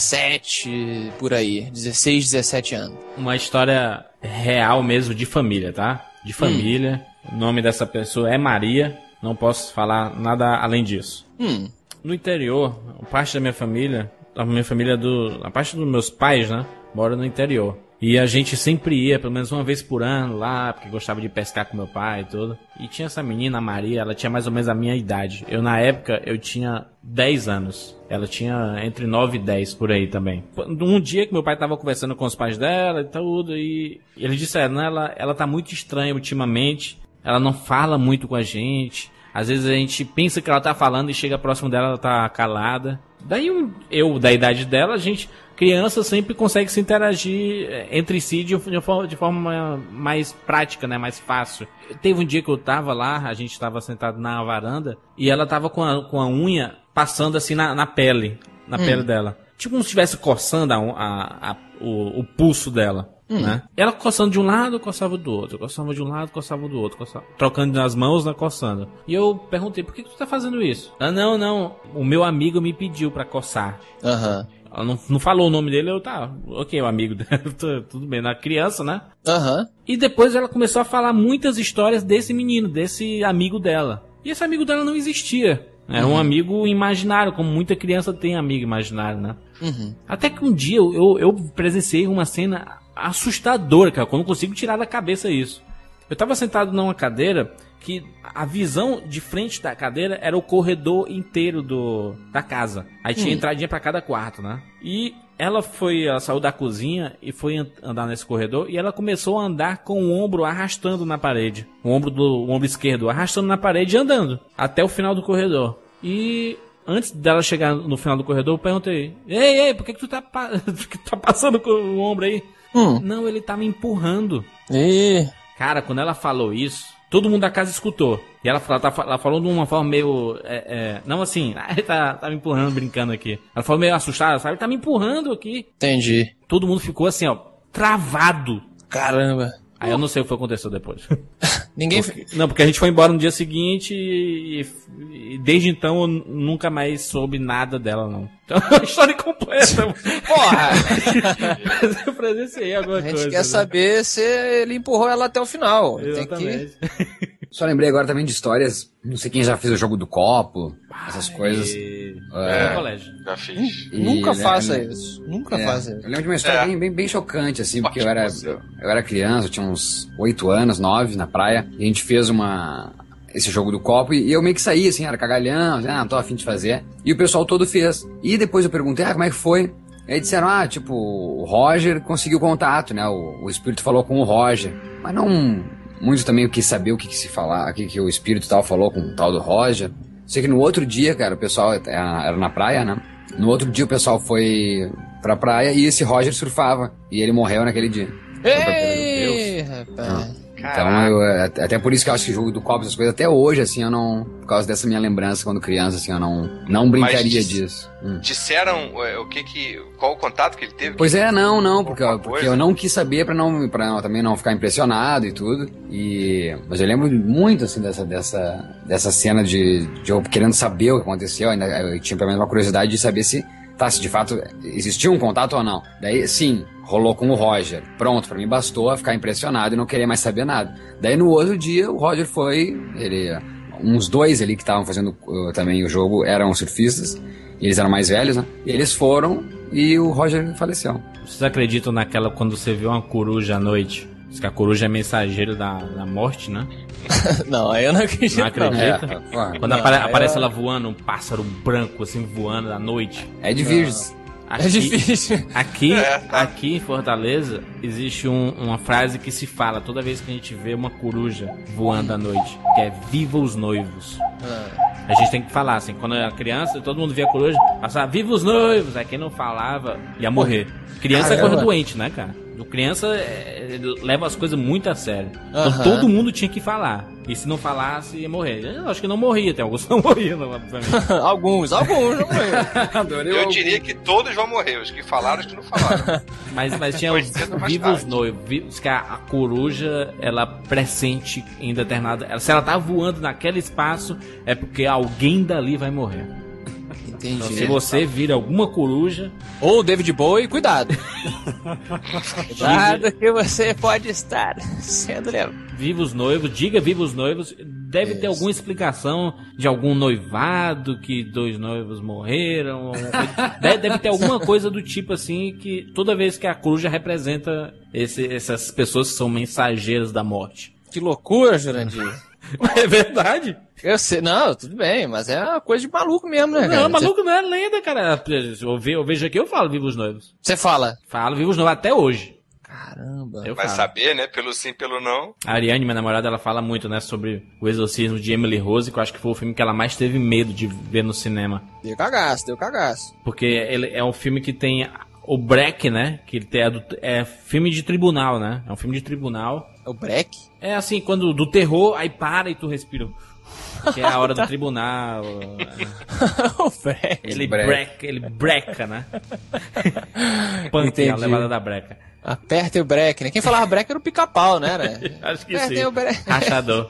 dezessete, por aí. dezesseis, dezessete anos. Uma história real mesmo, de família, tá? De família. O nome dessa pessoa é Maria. Não posso falar nada além disso. Hum, No interior, parte da minha família, a minha família do... A parte dos meus pais, né? Mora no interior. E a gente sempre ia, pelo menos uma vez por ano, lá, porque gostava de pescar com meu pai e tudo. E tinha essa menina, a Maria, ela tinha mais ou menos a minha idade. Eu, na época, eu tinha dez anos. Ela tinha entre nove e dez, por aí também. Um dia que meu pai tava conversando com os pais dela e tudo, e eles disseram, né, ela, ela tá muito estranha ultimamente, ela não fala muito com a gente. Às vezes a gente pensa que ela tá falando e chega próximo dela, ela tá calada. Daí eu, da idade dela, a gente, criança, sempre consegue se interagir entre si de, de, forma, de forma mais prática, né? Mais fácil. Teve um dia que eu tava lá, a gente tava sentado na varanda, e ela tava com a, com a unha passando assim na, na pele, na hum. pele dela. Tipo como se estivesse coçando a, a, a, o, o pulso dela. Hum. Né? Ela coçando de um lado, coçava do outro, coçava de um lado, coçava do outro, coçava, trocando nas mãos, né, coçando. E eu perguntei, por que, que tu tá fazendo isso? Ah, não, não, o meu amigo me pediu pra coçar. Aham. Uhum. Ela não, não falou o nome dele, eu, tá, ok, o amigo dela, tudo bem, na criança, né? Aham. Uhum. E depois ela começou a falar muitas histórias desse menino, desse amigo dela. E esse amigo dela não existia. Era uhum. um amigo imaginário, como muita criança tem amigo imaginário, né? Uhum. Até que um dia eu, eu presenciei uma cena assustadora, cara, que eu não consigo tirar da cabeça isso. Eu tava sentado numa cadeira que a visão de frente da cadeira era o corredor inteiro do, da casa. Aí tinha hum. entradinha pra cada quarto, né? E ela foi, ela saiu da cozinha e foi andar nesse corredor e ela começou a andar com o ombro arrastando na parede. O ombro do o ombro esquerdo arrastando na parede e andando até o final do corredor. E antes dela chegar no final do corredor, eu perguntei: Ei, ei, por que, que tu tá, pa... tá passando com o ombro aí? Hum. Não, ele tá me empurrando. E... Cara, quando ela falou isso, todo mundo da casa escutou. E ela, ela, tá, ela falou de uma forma meio... É, é, não assim, ah, ele tá, tá me empurrando, brincando aqui. Ela falou meio assustada, sabe? Ele tá me empurrando aqui. Entendi. Todo mundo ficou assim, ó, travado. Caramba. Aí eu não sei o que foi aconteceu depois. Ninguém... Porque, não, porque a gente foi embora no dia seguinte e, e desde então eu nunca mais soube nada dela, não. Então é uma história completa. Porra! Mas eu presenciei alguma coisa. A gente coisa, quer né? saber se ele empurrou ela até o final. Exatamente. Tem que... Só lembrei agora também de histórias, não sei quem já fez o jogo do copo, essas Ai, coisas. É, no colégio. Já fiz. E, Nunca né, faça né, isso. Nunca é, faça isso. Eu lembro de uma história É. bem, bem, bem chocante, assim, porque eu Ótimo, era, você. eu, eu era criança, eu tinha uns oito anos, nove na praia, e a gente fez uma... esse jogo do copo, e eu meio que saí, assim, era cagalhão, ah, não tô afim de fazer. E o pessoal todo fez. E depois eu perguntei, ah, como é que foi? Aí disseram, ah, tipo, o Roger conseguiu contato, né? O, o espírito falou com o Roger. Mas não... Muito também eu quis saber o que, que se falar, o que, que o espírito tal falou com o tal do Roger. Sei que no outro dia, cara, o pessoal era na praia, né? No outro dia o pessoal foi pra praia e esse Roger surfava. E ele morreu naquele dia. Ei, rapaz. Então, eu, até por isso que eu acho que o jogo do copo, essas coisas, até hoje, assim, eu não... Por causa dessa minha lembrança quando criança, assim, eu não, não brincaria Mas disso. Hum. Disseram é, o que que... Qual o contato que ele teve? Pois é, não, não, porque, Alguma porque coisa? eu não quis saber pra, não, pra não- também não ficar impressionado e tudo. E, mas eu lembro muito, assim, dessa, dessa, dessa cena de, de eu querendo saber o que aconteceu. Ainda, eu tinha pelo menos uma curiosidade de saber se, tá, se de fato existia um contato ou não. Daí, sim, rolou com o Roger. Pronto, pra mim bastou a ficar impressionado e não querer mais saber nada. Daí no outro dia o Roger foi, ele, uns dois ali que estavam fazendo uh, também o jogo eram surfistas, e eles eram mais velhos, né? E eles foram e o Roger faleceu. Vocês acreditam naquela quando você vê uma coruja à noite? Diz que a coruja é mensageiro da, da morte, né? Não, aí eu não acredito. Não acredita? É, pô, Quando Não, apare- eu- aparece ela voando, um pássaro branco assim voando à noite. é de Virgens. Aqui, É difícil. Aqui, É, tá. aqui em Fortaleza, existe um- uma frase que se fala toda vez que a gente vê uma coruja voando à noite, que é viva os noivos. A gente tem que falar assim, quando eu era criança, todo mundo via a coruja, passava viva os noivos, aí quem não falava ia morrer. Criança é Caramba. coisa doente, né, cara? O criança é, leva as coisas muito a sério. Então Aham. todo mundo tinha que falar. E se não falasse, ia morrer. Eu acho que não morria, tem alguns que não morriam, obviamente. alguns, alguns, não foi. Eu diria que todos vão morrer, os que falaram e os que não falaram. Mas, mas tinha Pode os ser mais vivos tarde. noivos. vi- Diz que a, a coruja, ela pressente em determinada... ela- Se ela tá voando naquele espaço, é porque alguém dali vai morrer. Entendi. Então, se você vira alguma coruja, Ou o David Bowie, cuidado. cuidado que você pode estar sendo levado. viva os noivos, diga viva os noivos. Deve ter Isso. alguma explicação de algum noivado, que dois noivos morreram. alguma coisa. Deve, deve ter alguma coisa do tipo assim, que toda vez que a coruja representa esse- essas pessoas que são mensageiras da morte. Que loucura, Jurandir. É verdade? Eu sei, não, tudo bem, mas é uma coisa de maluco mesmo, né, cara? Não, maluco não é lenda, cara. Eu ve- eu vejo aqui, eu falo viva os noivos. Você fala, Falo viva os noivos até hoje. caramba. Eu Vai falo. saber, né? Pelo sim, pelo não. A Ariane, minha namorada, ela fala muito, né, sobre o exorcismo de Emily Rose, que eu acho que foi o filme que ela mais teve medo de ver no cinema. Deu cagaço, deu cagaço. Porque ele é um filme que tem o break, né, que ele tem a do- é filme de tribunal, né, é um filme de tribunal. É o break? É assim, quando do terror, aí para e tu respira. Que é a hora do tribunal. o break. Ele Break. breca, ele breca, né? Punk, a Entendi. levada da breca. Aperta o break, né? Quem falava break era o pica-pau, né? Era? Acho que Apertem sim. o break. Rachador.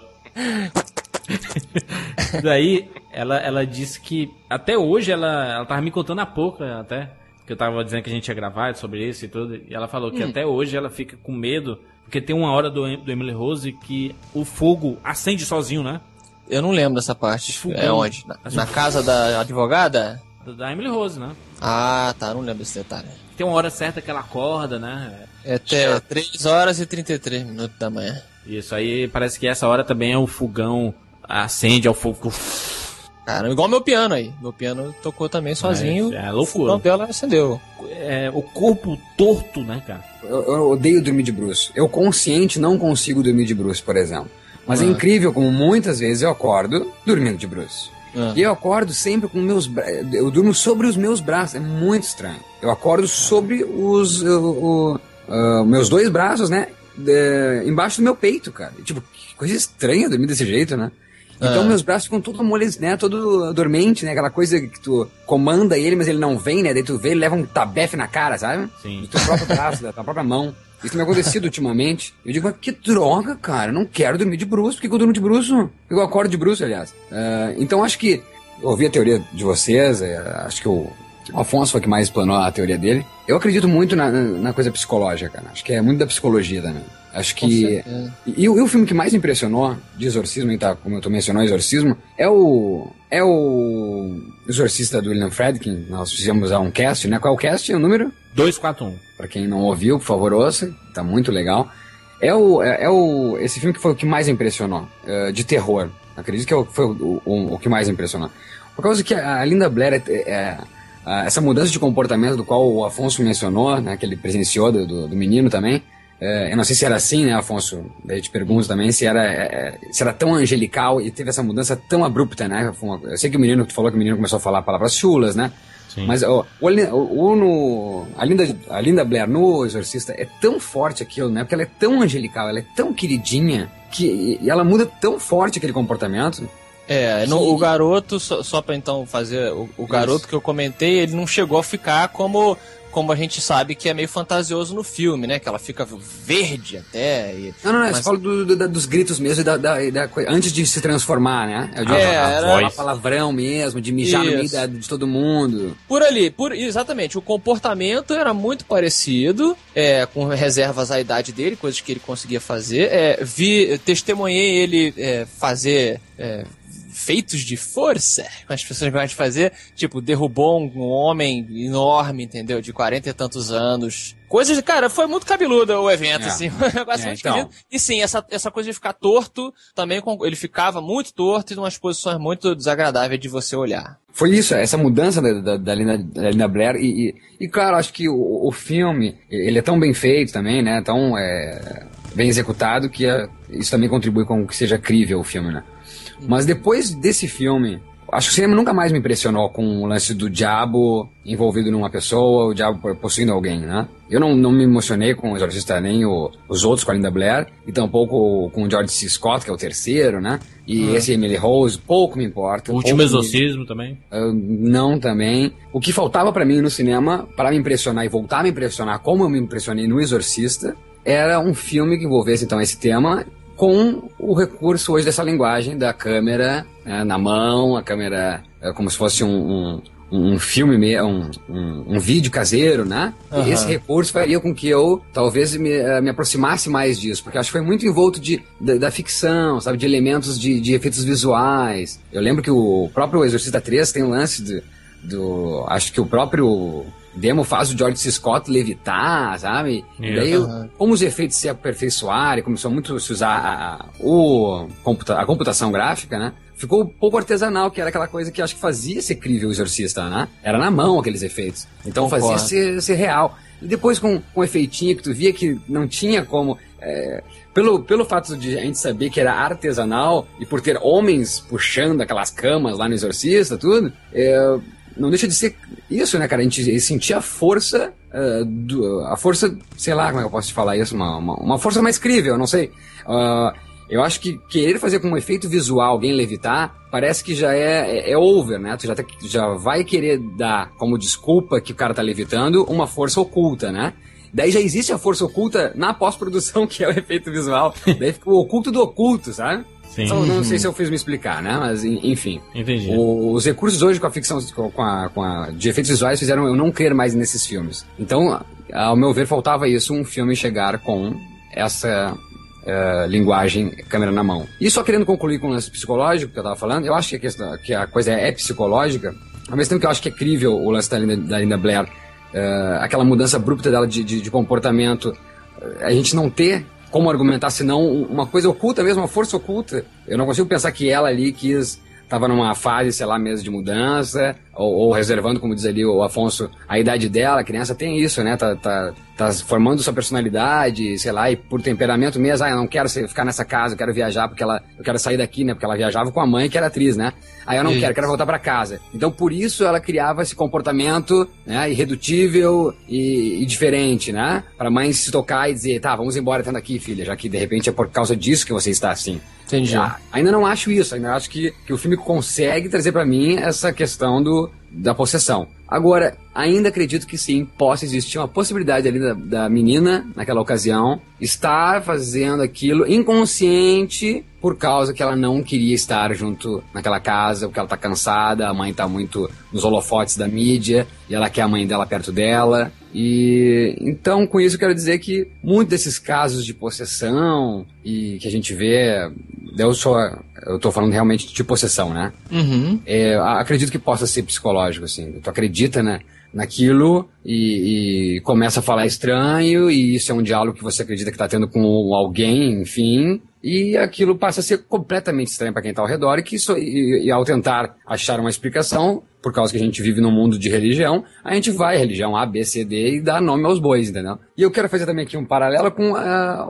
Daí, ela, ela disse que até hoje ela, ela tava me contando há pouco, até, que eu tava dizendo que a gente ia gravar sobre isso e tudo, e ela falou que até hoje ela fica com medo, porque tem uma hora do, do Emily Rose que o fogo acende sozinho, né? Eu não lembro dessa parte. Fogão. É onde? Na, na casa da advogada? Da Emily Rose, né? Ah, tá, não lembro desse detalhe. Tem uma hora certa que ela acorda, né? É até três horas e trinta e três minutos da manhã. Isso aí parece que essa hora também é o fogão acende, é o fogo. Caramba, igual meu piano aí. Meu piano tocou também sozinho. É, é O loucura. fogão dela acendeu. É, o corpo torto, né, cara? Eu, eu odeio dormir de bruço. Eu consciente não consigo dormir de bruço, por exemplo. Mas é Ah. incrível como muitas vezes eu acordo dormindo de bruço. Ah. E eu acordo sempre com meus bra... Eu durmo sobre os meus braços. É muito estranho. Eu acordo sobre os o, o, ah, meus dois braços, né? de- embaixo do meu peito, cara. E, tipo, que coisa estranha dormir desse jeito, né? Então Ah. meus braços ficam todos moles, né? Todo dormente, né? Aquela coisa que tu comanda ele, mas ele não vem, né? Daí tu vê, ele leva um tabefe na cara, sabe? Sim. Do teu próprio braço, da tua própria mão. Isso tem me acontecido ultimamente. Eu digo, mas que droga, cara. Eu não quero dormir de bruço. Por que, que eu durmo de bruço? Eu acordo de bruço, aliás. Ah, então acho que... Eu ouvi a teoria de vocês. eh, acho que o Alfonso foi que mais explanou a teoria dele. Eu acredito muito na, na- na coisa psicológica, cara. Acho que é muito da psicologia também. Acho que... E, e o filme que mais impressionou de Exorcismo, tá, como tu mencionou, Exorcismo, é o... É o Exorcista do William Friedkin. Nós fizemos um cast, né? Qual é o cast? O número? dois quatro um. Pra quem não ouviu, por favor, ouça. Tá muito legal. É o... É, é o esse filme que foi o que mais impressionou. Uh, de terror. Acredito que foi o, o, o que mais impressionou. Por causa que a Linda Blair é... é essa mudança de comportamento do qual o Afonso mencionou, né, que ele presenciou do, do, do menino também, é, eu não sei se era assim, né, Afonso? Daí eu te pergunto também se era, é, se era tão angelical e teve essa mudança tão abrupta, né? Eu sei que o menino, tu falou que o menino começou a falar palavras chulas, né? Sim. Mas o, o, o, no, a, Linda, a Linda Blair no Exorcista é tão forte aquilo, né? Porque ela é tão angelical, ela é tão queridinha, que, e ela muda tão forte aquele comportamento. É, no, o garoto, só, só pra então fazer, o, o garoto Isso. que eu comentei, ele não chegou a ficar como, como a gente sabe que é meio fantasioso no filme, né? Que ela fica verde até. E, não, não, não, mas... você fala do, do, dos gritos mesmo, da, da, da, antes de se transformar, né? É, de, é a, era... a palavrão mesmo, de mijar Isso. no meio da, de todo mundo. Por ali, por, exatamente, o comportamento era muito parecido, é, com reservas à idade dele, coisas que ele conseguia fazer. É, vi, testemunhei ele é, fazer... É, feitos de força, as pessoas gostam de fazer, tipo, derrubou um, um homem enorme, entendeu, de quarenta e tantos anos. Coisas, cara, foi muito cabeludo o evento, é. assim, um negócio é, muito então. esquisito. E sim, essa, essa coisa de ficar torto, também com, ele ficava muito torto e em umas posições muito desagradáveis de você olhar. Foi isso, essa mudança da, da, da, Linda, da Linda Blair e, e, e, claro, acho que o, o filme, ele é tão bem feito também, né, tão é, bem executado que é, isso também contribui com que seja crível o filme, né. Mas depois desse filme, acho que o cinema nunca mais me impressionou com o lance do diabo envolvido numa pessoa, o diabo possuindo alguém, né? Eu não, não me emocionei com o Exorcista nem o, os outros com a Linda Blair, e tampouco com o George C. Scott, que é o terceiro, né? E hum. esse Emily Rose, pouco me importa. O Último Exorcismo me... também? Uh, não, também. O que faltava pra mim no cinema, para me impressionar e voltar a me impressionar como eu me impressionei no Exorcista, era um filme que envolvesse então esse tema com o recurso hoje dessa linguagem da câmera, né, na mão, a câmera é como se fosse um, um, um filme, um, um, um vídeo caseiro, né? Uhum. E esse recurso faria com que eu talvez me, me aproximasse mais disso, porque acho que foi muito envolto de, da, da ficção, sabe, de elementos de, de efeitos visuais. Eu lembro que o próprio Exorcista três tem um lance de, do... acho que o próprio... Demo faz o George C. Scott levitar, sabe? E daí, uhum. como os efeitos se aperfeiçoaram e começou muito a se usar a, a, o, computa, a computação gráfica, né? Ficou um pouco artesanal, que era aquela coisa que acho que fazia ser crível o Exorcista, né? Era na mão aqueles efeitos. Então Concordo. fazia ser, ser real. E depois com, com um efeitinho que tu via que não tinha como... É, pelo, pelo fato de a gente saber que era artesanal e por ter homens puxando aquelas camas lá no Exorcista, tudo... É, não deixa de ser isso, né, cara? A gente sentia a força, uh, do, a força, sei lá como é que eu posso te falar isso, uma, uma, uma força mais crível, não sei. Uh, eu acho que querer fazer com um efeito visual alguém levitar, parece que já é, é, é over, né? Tu já, tá, já vai querer dar como desculpa que o cara tá levitando uma força oculta, né? Daí já existe a força oculta na pós-produção, que é o efeito visual. Daí fica o oculto do oculto, sabe? Sim. Então, não sei se eu fiz me explicar, né? Mas, enfim. Entendi. O, os recursos hoje com a ficção, com a, com a, de efeitos visuais fizeram eu não crer mais nesses filmes. Então, ao meu ver, faltava isso, um filme chegar com essa uh, linguagem câmera na mão. E só querendo concluir com o lance psicológico que eu tava falando, eu acho que a, questão, que a coisa é psicológica, ao mesmo tempo que eu acho que é crível o lance da Linda, da Linda Blair, uh, aquela mudança abrupta dela de, de, de comportamento, uh, a gente não ter como argumentar, senão uma coisa oculta mesmo, uma força oculta. Eu não consigo pensar que ela ali quis, estava numa fase, sei lá, mesmo de mudança, ou, ou reservando, como diz ali o Afonso, a idade dela. A criança tem isso, né? Tá, tá, tá formando sua personalidade, sei lá, e por temperamento mesmo, ah, eu não quero ficar nessa casa, eu quero viajar, porque ela, eu quero sair daqui, né? Porque ela viajava com a mãe, que era atriz, né? Aí eu não isso. quero, eu quero voltar pra casa. Então, por isso, ela criava esse comportamento, né? Irredutível e, e diferente, né? Pra mãe se tocar e dizer, tá, vamos embora tendo aqui, filha, já que de repente é por causa disso que você está assim. Entendi. Ah, ainda não acho isso, ainda acho que, que o filme consegue trazer pra mim essa questão do, da possessão. Agora, ainda acredito que sim, possa existir uma possibilidade ali da, da menina, naquela ocasião, estar fazendo aquilo inconsciente por causa que ela não queria estar junto naquela casa, porque ela tá cansada, a mãe tá muito nos holofotes da mídia, e ela quer a mãe dela perto dela. E então, com isso, eu quero dizer que muitos desses casos de possessão e que a gente vê, eu sou, eu tô falando realmente de possessão, né? Uhum. É, acredito que possa ser psicológico, assim. Tu acredita, né, naquilo e, e começa a falar estranho, e isso é um diálogo que você acredita que tá tendo com alguém, enfim, e aquilo passa a ser completamente estranho para quem tá ao redor, e que isso, e, e ao tentar achar uma explicação, por causa que a gente vive num mundo de religião, a gente vai, religião A, B, C, D, e dá nome aos bois, entendeu? E eu quero fazer também aqui um paralelo com uh,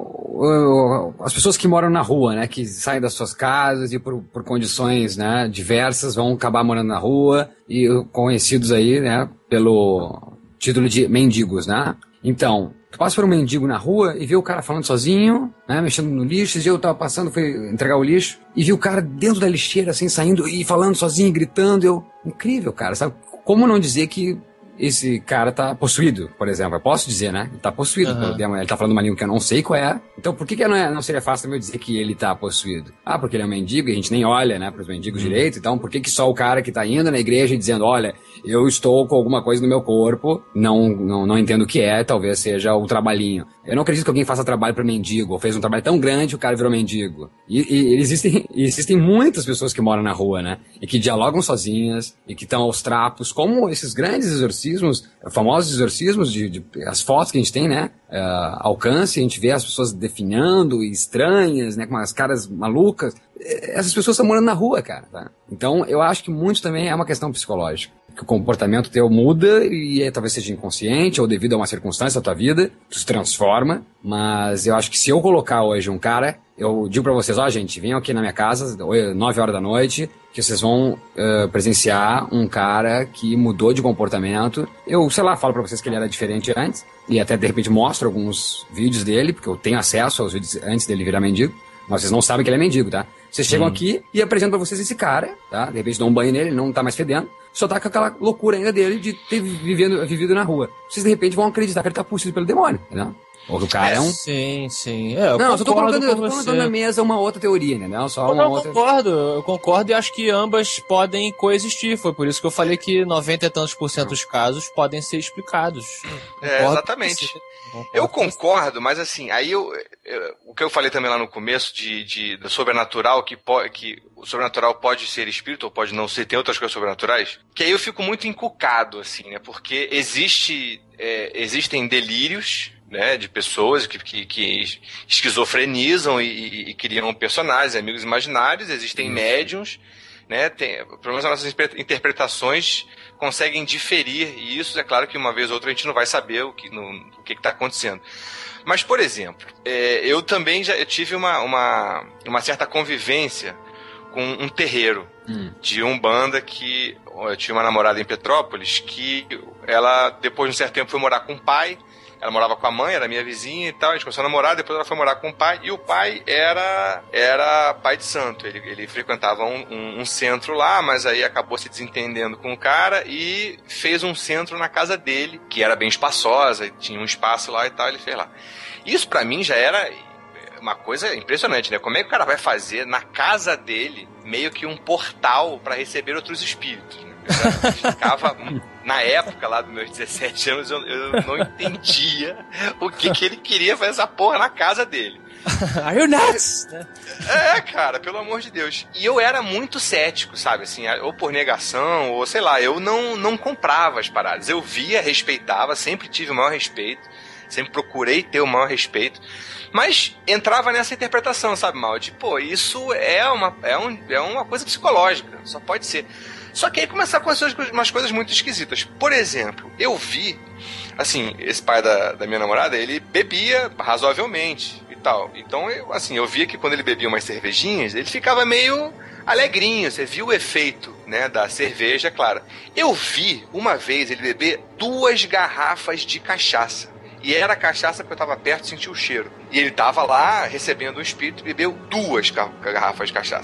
uh, as pessoas que moram na rua, né, que saem das suas casas e por, por condições, né, diversas vão acabar morando na rua, e conhecidos aí, né, pelo título de mendigos, né? Então, tu passa por um mendigo na rua e vê o cara falando sozinho, né, mexendo no lixo. Esse dia eu tava passando, fui entregar o lixo, e vi o cara dentro da lixeira, assim, saindo e falando sozinho, gritando. Eu, incrível, cara, sabe? Como não dizer que esse cara tá possuído, por exemplo? Eu posso dizer, né? Ele tá possuído, uhum. pelo, ele tá falando uma língua que eu não sei qual é. Então, por que que não, é, não seria fácil também eu dizer que ele tá possuído? Ah, porque ele é um mendigo e a gente nem olha, né, pros mendigos uhum. direito. Então, por que que só o cara que tá indo na igreja e dizendo, olha, eu estou com alguma coisa no meu corpo, não, não, não entendo o que é, talvez seja o trabalhinho. Eu não acredito que alguém faça trabalho para mendigo, ou fez um trabalho tão grande que o cara virou mendigo. E, e existem, existem muitas pessoas que moram na rua, né? E que dialogam sozinhas, e que estão aos trapos, como esses grandes exorcismos, famosos exorcismos, de, de, as fotos que a gente tem, né? Uh, alcance, a gente vê as pessoas definhando, e estranhas, né? Com as caras malucas. Essas pessoas estão morando na rua, cara, tá? Então, eu acho que muito também é uma questão psicológica. Que o comportamento teu muda e é, talvez seja inconsciente ou devido a uma circunstância da tua vida, tu se transforma, mas eu acho que se eu colocar hoje um cara, eu digo pra vocês, ó, gente, venham aqui na minha casa, nove horas da noite, que vocês vão uh, presenciar um cara que mudou de comportamento. Eu, sei lá, falo pra vocês que ele era diferente antes, e até de repente mostro alguns vídeos dele, porque eu tenho acesso aos vídeos antes dele virar mendigo, mas vocês não sabem que ele é mendigo, tá? Vocês chegam hum. aqui e apresentam pra vocês esse cara, tá? De repente dão um banho nele, ele não tá mais fedendo, só tá com aquela loucura ainda dele de ter vivido, vivido na rua. Vocês de repente vão acreditar que ele tá possuído pelo demônio, entendeu? Ou que o cara é, é um... Sim, sim. É, eu não, eu só tô colocando, eu tô colocando na mesa uma outra teoria, entendeu? Só eu uma não, outra... Eu concordo, eu concordo e acho que ambas podem coexistir. Foi por isso que eu falei que noventa e tantos por cento dos casos podem ser explicados. É, exatamente. Eu concordo, mas assim, aí eu, eu, o que eu falei também lá no começo de, de, do sobrenatural, que, po, que o sobrenatural pode ser espírito ou pode não ser, tem outras coisas sobrenaturais, que aí eu fico muito encucado, assim, né, porque existe, é, existem delírios, né, de pessoas que, que, que esquizofrenizam e, e, e criam personagens, amigos imaginários, existem uhum. médiums, né, tem, pelo menos as nossas interpretações conseguem diferir, e isso é claro que uma vez ou outra a gente não vai saber o que no, o que está acontecendo. Mas, por exemplo, é, eu também já eu tive uma, uma, uma certa convivência com um terreiro hum. de Umbanda que eu tinha uma namorada em Petrópolis que ela, depois de um certo tempo, foi morar com o pai. Ela morava com a mãe, era minha vizinha e tal, a gente começou a namorar, depois ela foi morar com o pai, e o pai era, era pai de santo, ele, ele frequentava um, um, um centro lá, mas aí acabou se desentendendo com o cara e fez um centro na casa dele, que era bem espaçosa, tinha um espaço lá e tal, ele fez lá. Isso pra mim já era uma coisa impressionante, né? Como é que o cara vai fazer na casa dele meio que um portal pra receber outros espíritos, né? Eu já ficava... Na época, lá dos meus dezessete anos, eu, eu não entendia o que, que ele queria fazer essa porra na casa dele. Are you nuts? É, cara, pelo amor de Deus. E eu era muito cético, sabe, assim, ou por negação, ou sei lá, eu não, não comprava as paradas. Eu via, respeitava, sempre tive o maior respeito, sempre procurei ter o maior respeito, mas entrava nessa interpretação, sabe, Mal? De, pô, isso é uma, é, um, é uma coisa psicológica, só pode ser. Só que aí começaram a acontecer umas coisas muito esquisitas. Por exemplo, eu vi, assim, esse pai da, da minha namorada, ele bebia razoavelmente e tal. Então, eu, assim, eu via que quando ele bebia umas cervejinhas, ele ficava meio alegrinho. Você viu o efeito, né, da cerveja, claro. Eu vi, uma vez, ele beber duas garrafas de cachaça. E era a cachaça que eu tava perto e senti o cheiro. E ele tava lá recebendo um espírito e bebeu duas garrafas de cachaça.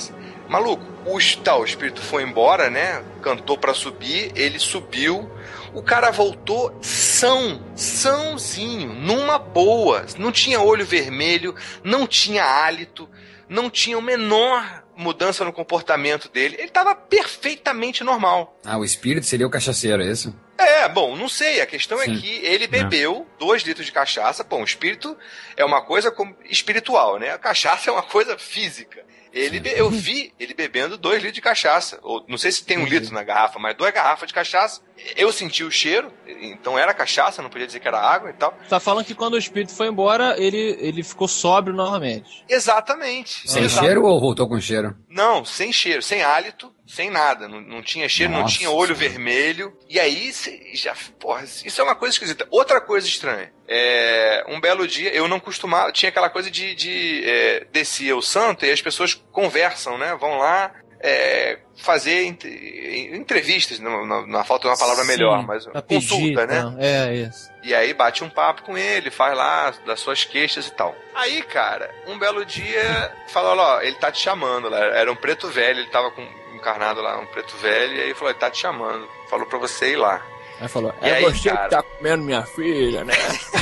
maluco, o, tá, o espírito foi embora, né? Cantou pra subir, ele subiu. O cara voltou são, sãozinho, numa boa. Não tinha olho vermelho, não tinha hálito, não tinha o menor mudança no comportamento dele. Ele estava perfeitamente normal. Ah, o espírito seria o cachaceiro, é isso? É, bom, não sei. A questão Sim. é que ele bebeu dois litros de cachaça. Bom, o espírito é uma coisa como espiritual, né? A cachaça é uma coisa física. Ele, be- eu vi ele bebendo dois litros de cachaça. Ou, não sei se tem um Uhum. litro na garrafa, mas duas garrafas de cachaça. Eu senti o cheiro, então era cachaça, não podia dizer que era água e tal. Você tá falando que quando o espírito foi embora, ele, ele ficou sóbrio novamente. Exatamente. Sem Exato. cheiro ou voltou com cheiro? Não, sem cheiro, sem hálito, sem nada. Não, não tinha cheiro, não Nossa tinha olho Senhora. vermelho. E aí, cê já, porra, isso é uma coisa esquisita. Outra coisa estranha. É, um belo dia, eu não costumava, tinha aquela coisa de, de é, descia o santo e as pessoas conversam, né? Vão lá é, fazer ent- entrevistas, na, na, na falta de uma palavra Sim, melhor, mas pra consulta, pedir, né? não. É, isso. E aí bate um papo com ele, faz lá das suas queixas e tal. Aí, cara, um belo dia, falou, ó, ele tá te chamando lá. Era um preto velho, ele tava com, encarnado lá, um preto velho, e aí falou, ele tá te chamando. Falou pra você ir lá. Aí falou, E é aí, você cara? que tá comendo minha filha, né?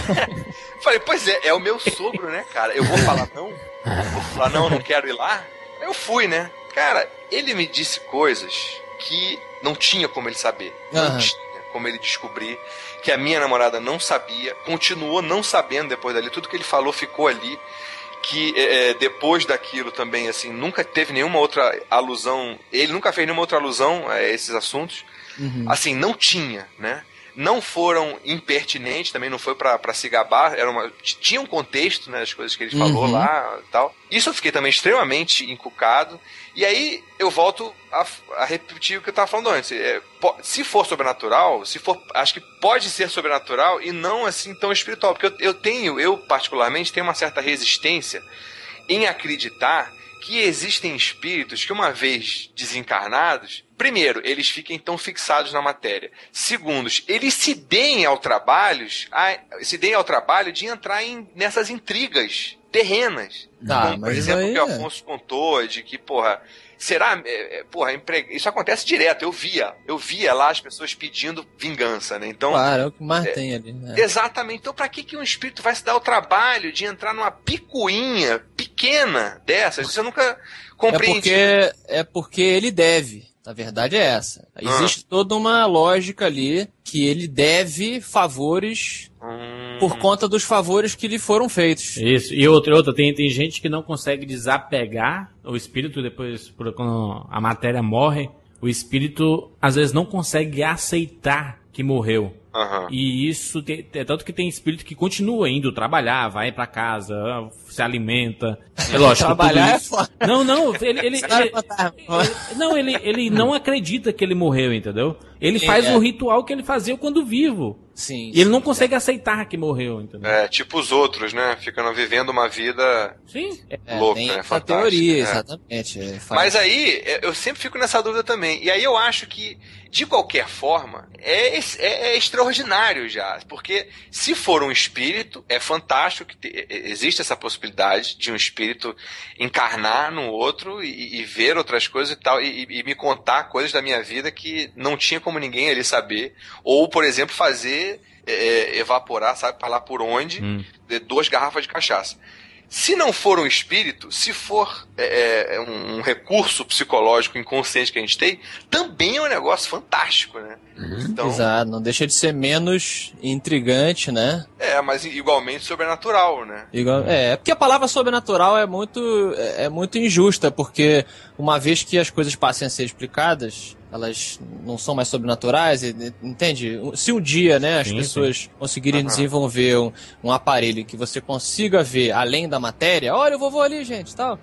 Falei, pois é, é o meu sogro, né, cara? Eu vou falar não? Vou falar não, não quero ir lá? Eu fui, né? Cara, ele me disse coisas que não tinha como ele saber. Não Aham. tinha como ele descobrir, que a minha namorada não sabia, continuou não sabendo depois dali, tudo que ele falou ficou ali, que é, depois daquilo também, assim, nunca teve nenhuma outra alusão, ele nunca fez nenhuma outra alusão a esses assuntos, Uhum. assim, não tinha, né? Não foram impertinentes, também não foi pra, pra se gabar, era uma, tinha um contexto, né, das coisas que ele falou Uhum. lá e tal. Isso eu fiquei também extremamente encucado. E aí eu volto a, a repetir o que eu tava falando antes. É, po- se for sobrenatural, se for, acho que pode ser sobrenatural e não assim tão espiritual. Porque eu, eu tenho, eu particularmente, tenho uma certa resistência em acreditar que existem espíritos que, uma vez desencarnados, primeiro, eles fiquem tão fixados na matéria. Segundo, eles se deem ao trabalho, a, se deem ao trabalho de entrar em, nessas intrigas terrenas. Tá, Como, por mas exemplo, aí o que o é- Afonso contou, de que, porra, será, é, é, porra, empre... isso acontece direto, eu via, eu via lá as pessoas pedindo vingança, né? Então, Claro, é o que mais tem ali, né? exatamente. Então, pra que, que um espírito vai se dar o trabalho de entrar numa picuinha pequena dessas? Você nunca É compreende. porque, é porque ele deve. A verdade é essa. Existe toda uma lógica ali que ele deve favores Hum, por conta dos favores que lhe foram feitos. Isso. E outra, outra tem, tem gente que não consegue desapegar o espírito depois, por- quando a matéria morre, o espírito às vezes não consegue aceitar que morreu. aham. E isso tem, é tanto que tem espírito que continua indo trabalhar, vai pra casa, se alimenta. É lógico. Trabalhar tudo é isso- foda. Não, não, ele, ele, Sabe, ele- fantasma? ele- não, ele, ele não acredita que ele morreu, entendeu? Ele Sim, faz é. o ritual que ele fazia quando vivo. Sim. E ele não sim, consegue aceitar que morreu, entendeu? É, tipo os outros, né? Ficando vivendo uma vida Sim. É, louca, tem né? essa Fantástica, teoria, é. exatamente. É, faz- Mas aí, é, eu sempre fico nessa dúvida também. E aí eu acho que, de qualquer forma, é, es- é- é extraordinário já. Porque se for um espírito, é fantástico que te- é- existe essa possibilidade de um espírito encarnar no outro e, e ver outras coisas e tal, e, e me contar coisas da minha vida que não tinha como ninguém ali saber. Ou, por exemplo, fazer é, evaporar, sabe, para lá por onde, Hum. de duas garrafas de cachaça. Se não for um espírito, se for é, é, um, um recurso psicológico inconsciente que a gente tem, também é um negócio fantástico, né? Então, Exato, não deixa de ser menos intrigante, né? é, mas igualmente sobrenatural, né? Igual- É, porque a palavra sobrenatural é muito, é é muito injusta, porque uma vez que as coisas passem a ser explicadas, elas não são mais sobrenaturais, e- e- entende? Se um dia, né, as Sim, pessoas conseguirem Aham. desenvolver um, um aparelho que você consiga ver além da matéria, olha o vovô ali, gente, tal,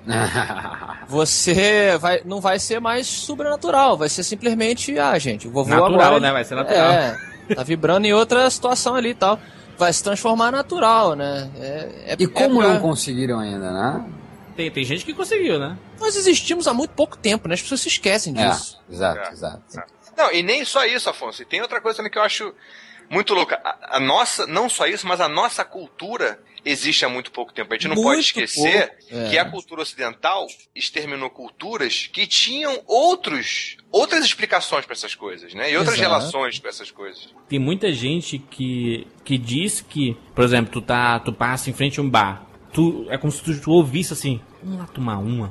você vai, não vai ser mais sobrenatural, vai ser simplesmente, ah, gente, o vovô Natural, agora... né? Vai ser natural. É, tá vibrando em outra situação ali e tal. Vai se transformar natural, né? É, é- E como é pra- não conseguiram ainda, né? Tem, tem gente que conseguiu, né? Nós existimos há muito pouco tempo, né? As pessoas se esquecem É, disso. exato, É. exato. Não, e nem só isso, Afonso. E tem outra coisa também que eu acho muito louca. A, a nossa, não só isso, mas a nossa cultura, existe há muito pouco tempo. A gente não Muito pode esquecer pouco. que É. a cultura ocidental exterminou culturas que tinham outros, outras explicações para essas coisas, né? E outras Exato. relações para essas coisas. Tem muita gente que, que diz que, por exemplo, tu, tá, tu passa em frente a um bar, tu, é como se tu, tu ouvisse assim, vamos lá tomar uma.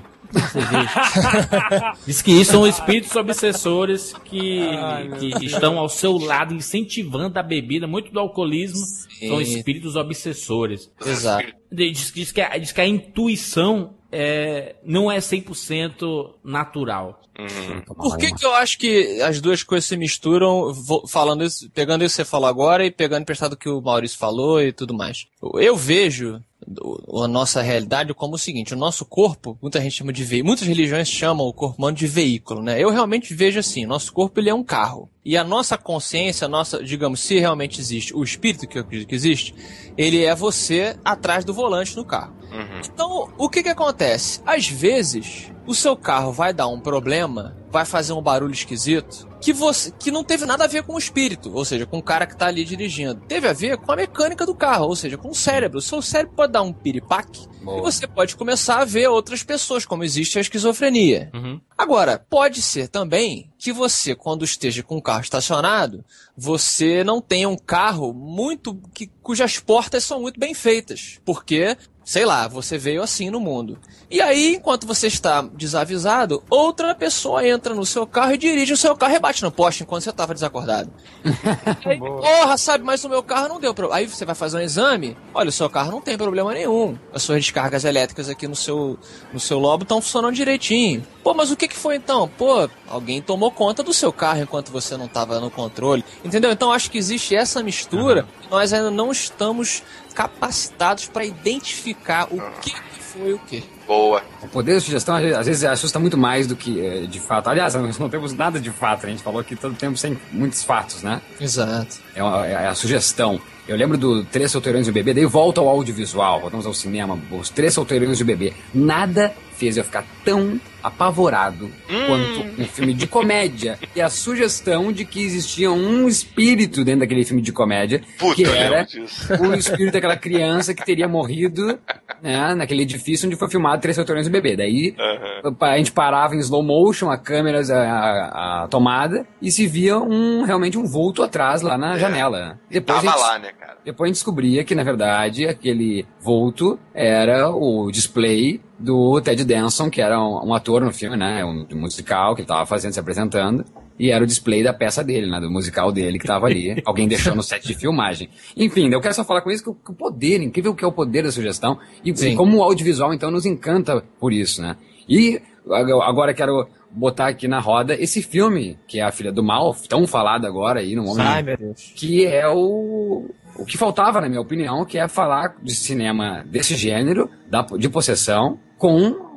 Diz que isso são espíritos obsessores que, Ai, que estão ao seu lado, incentivando a bebida, muito do alcoolismo. Sim. São espíritos obsessores. Exato. Diz, diz, que, a, diz que a intuição é, não é cem por cento natural. Por que que eu acho que as duas coisas se misturam, vou- falando isso, pegando isso que você falou agora e pegando emprestado o que o Maurício falou e tudo mais? Eu vejo o- a nossa realidade como o seguinte: o nosso corpo, muita gente chama de veículo, muitas religiões chamam o corpo humano de veículo, né? Eu realmente vejo assim: nosso corpo ele é um carro. E a nossa consciência, a nossa, digamos, se realmente existe o espírito que eu acredito que existe, ele é você atrás do volante no carro. Então, o que que acontece? Às vezes, o seu carro vai dar um problema, vai fazer um barulho esquisito, que, você, que não teve nada a ver com o espírito, ou seja, com o cara que tá ali dirigindo. Teve a ver com a mecânica do carro, ou seja, com o cérebro. O seu cérebro pode dar um piripaque Boa. e você pode começar a ver outras pessoas, como existe a esquizofrenia. Uhum. Agora, pode ser também que você, quando esteja com o carro estacionado, você não tenha um carro muito que, cujas portas são muito bem feitas, porque, sei lá, você veio assim no mundo. E aí, enquanto você está desavisado, outra pessoa entra no seu carro e dirige o seu carro e bate no poste enquanto você estava desacordado. Aí, porra, sabe, mas o meu carro não deu problema. Aí você vai fazer um exame, olha, o seu carro não tem problema nenhum. As suas descargas elétricas aqui no seu, no seu lobo estão funcionando direitinho. Pô, mas o que que foi então? Pô, alguém tomou conta do seu carro enquanto você não estava no controle. Entendeu? Então acho que existe essa mistura. Uhum. Nós ainda não estamos capacitados para identificar o que que foi o que. Boa. O poder de sugestão às vezes assusta muito mais do que é, de fato. Aliás, nós não temos nada de fato. A gente falou que todo tempo sem muitos fatos, né? Exato. É, uma, é a sugestão. Eu lembro do Três Solteirões e o Bebê, daí volta ao audiovisual, voltamos ao cinema, os Três Solteirões e o Bebê. Nada fez eu ficar tão apavorado hum. quanto um filme de comédia. E a sugestão de que existia um espírito dentro daquele filme de comédia, Puta, que era o espírito daquela criança que teria morrido, né, naquele edifício onde foi filmado Três Solteirões e o Bebê. Daí uhum. a gente parava em slow motion, a câmera, a, a tomada, e se via um, realmente um vulto atrás lá na é. janela. Depois Tava gente, lá, né, cara? Depois a gente descobria que, na verdade, aquele vulto era o display do Ted Danson, que era um, um ator no filme, né? Um, um musical que ele tava fazendo, se apresentando. E era o display da peça dele, né? Do musical dele que tava ali. Alguém deixou no set de filmagem. Enfim, eu quero só falar com isso que o, que o poder, incrível que é o poder da sugestão. E, e como o audiovisual, então, nos encanta por isso, né? E agora quero botar aqui na roda esse filme, que é A Filha do Mal, tão falado agora aí no momento. Ai, meu Deus. Que é o... O que faltava, na minha opinião, que é falar de cinema desse gênero, da, de possessão, com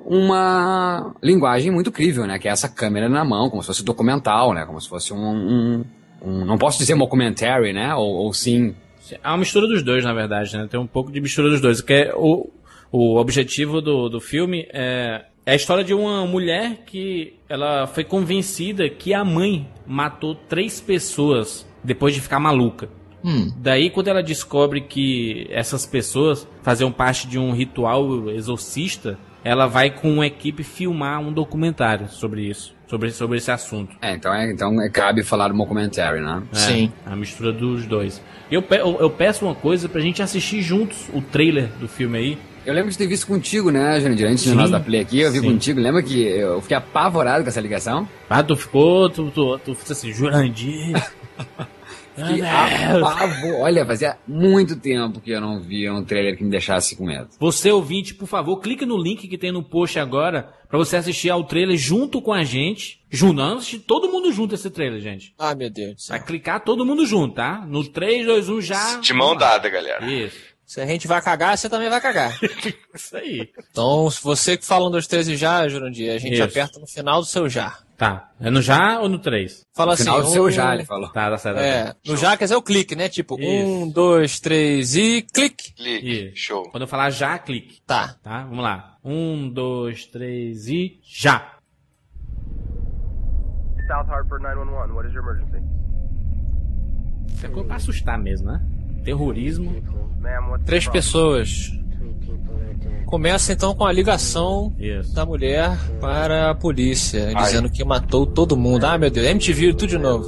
uma linguagem muito crível, né? Que é essa câmera na mão, como se fosse documental, né? Como se fosse um... um, um não posso dizer mockumentary, né? Ou, ou sim... É uma mistura dos dois, na verdade, né? Tem um pouco de mistura dos dois. Que é o, o objetivo do, do filme é... É a história de uma mulher que ela foi convencida que a mãe matou três pessoas depois de ficar maluca. Hum. Daí, quando ela descobre que essas pessoas faziam parte de um ritual exorcista, ela vai com uma equipe filmar um documentário sobre isso, sobre, sobre esse assunto. É, então, é, então é, cabe falar do documentário, né? É, Sim. A mistura dos dois. Eu, eu, eu peço uma coisa pra gente assistir juntos o trailer do filme aí. Eu lembro de ter visto contigo, né, Jurandir? Antes de nós da Play aqui, eu vi Sim. contigo. Lembra que eu fiquei apavorado com essa ligação? Ah, tu ficou... Tu, tu, tu, tu assim, Jurandir... Fiquei apavo... Olha, fazia muito tempo que eu não via um trailer que me deixasse com medo. Você, ouvinte, por favor, clique no link que tem no post agora pra você assistir ao trailer junto com a gente. Junto, não, assistir todo mundo junto esse trailer, gente. Ai, meu Deus do céu. Vai clicar todo mundo junto, tá? No três, dois, um, já... De mão dada, galera. Isso. Se a gente vai cagar, você também vai cagar. Isso aí. Então, se você que fala um, dois, três e já, Jurandir, a gente Isso. aperta no final do seu já. Tá. É no já ou no três? Fala no assim. final do um... seu já, ele falou. Tá, dá certo. É, no show. Já quer dizer o clique, né? Tipo, Isso. um, dois, três e clique. Clique. Isso. Show. Quando eu falar já, clique. Tá. Tá, vamos lá. Um, dois, três e já. South Hartford nine one one, what is your emergency? Isso é coisa pra assustar mesmo, né? Terrorismo. Três pessoas. Começa então com a ligação Isso. da mulher para a polícia, dizendo que matou todo mundo. Ah, meu Deus, M T V, tudo de novo.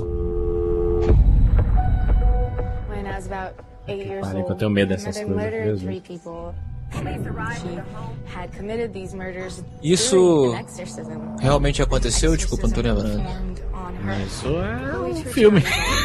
Parei que eu tenho medo dessas coisas. Isso realmente aconteceu? Desculpa, não tô lembrando. Isso é um filme.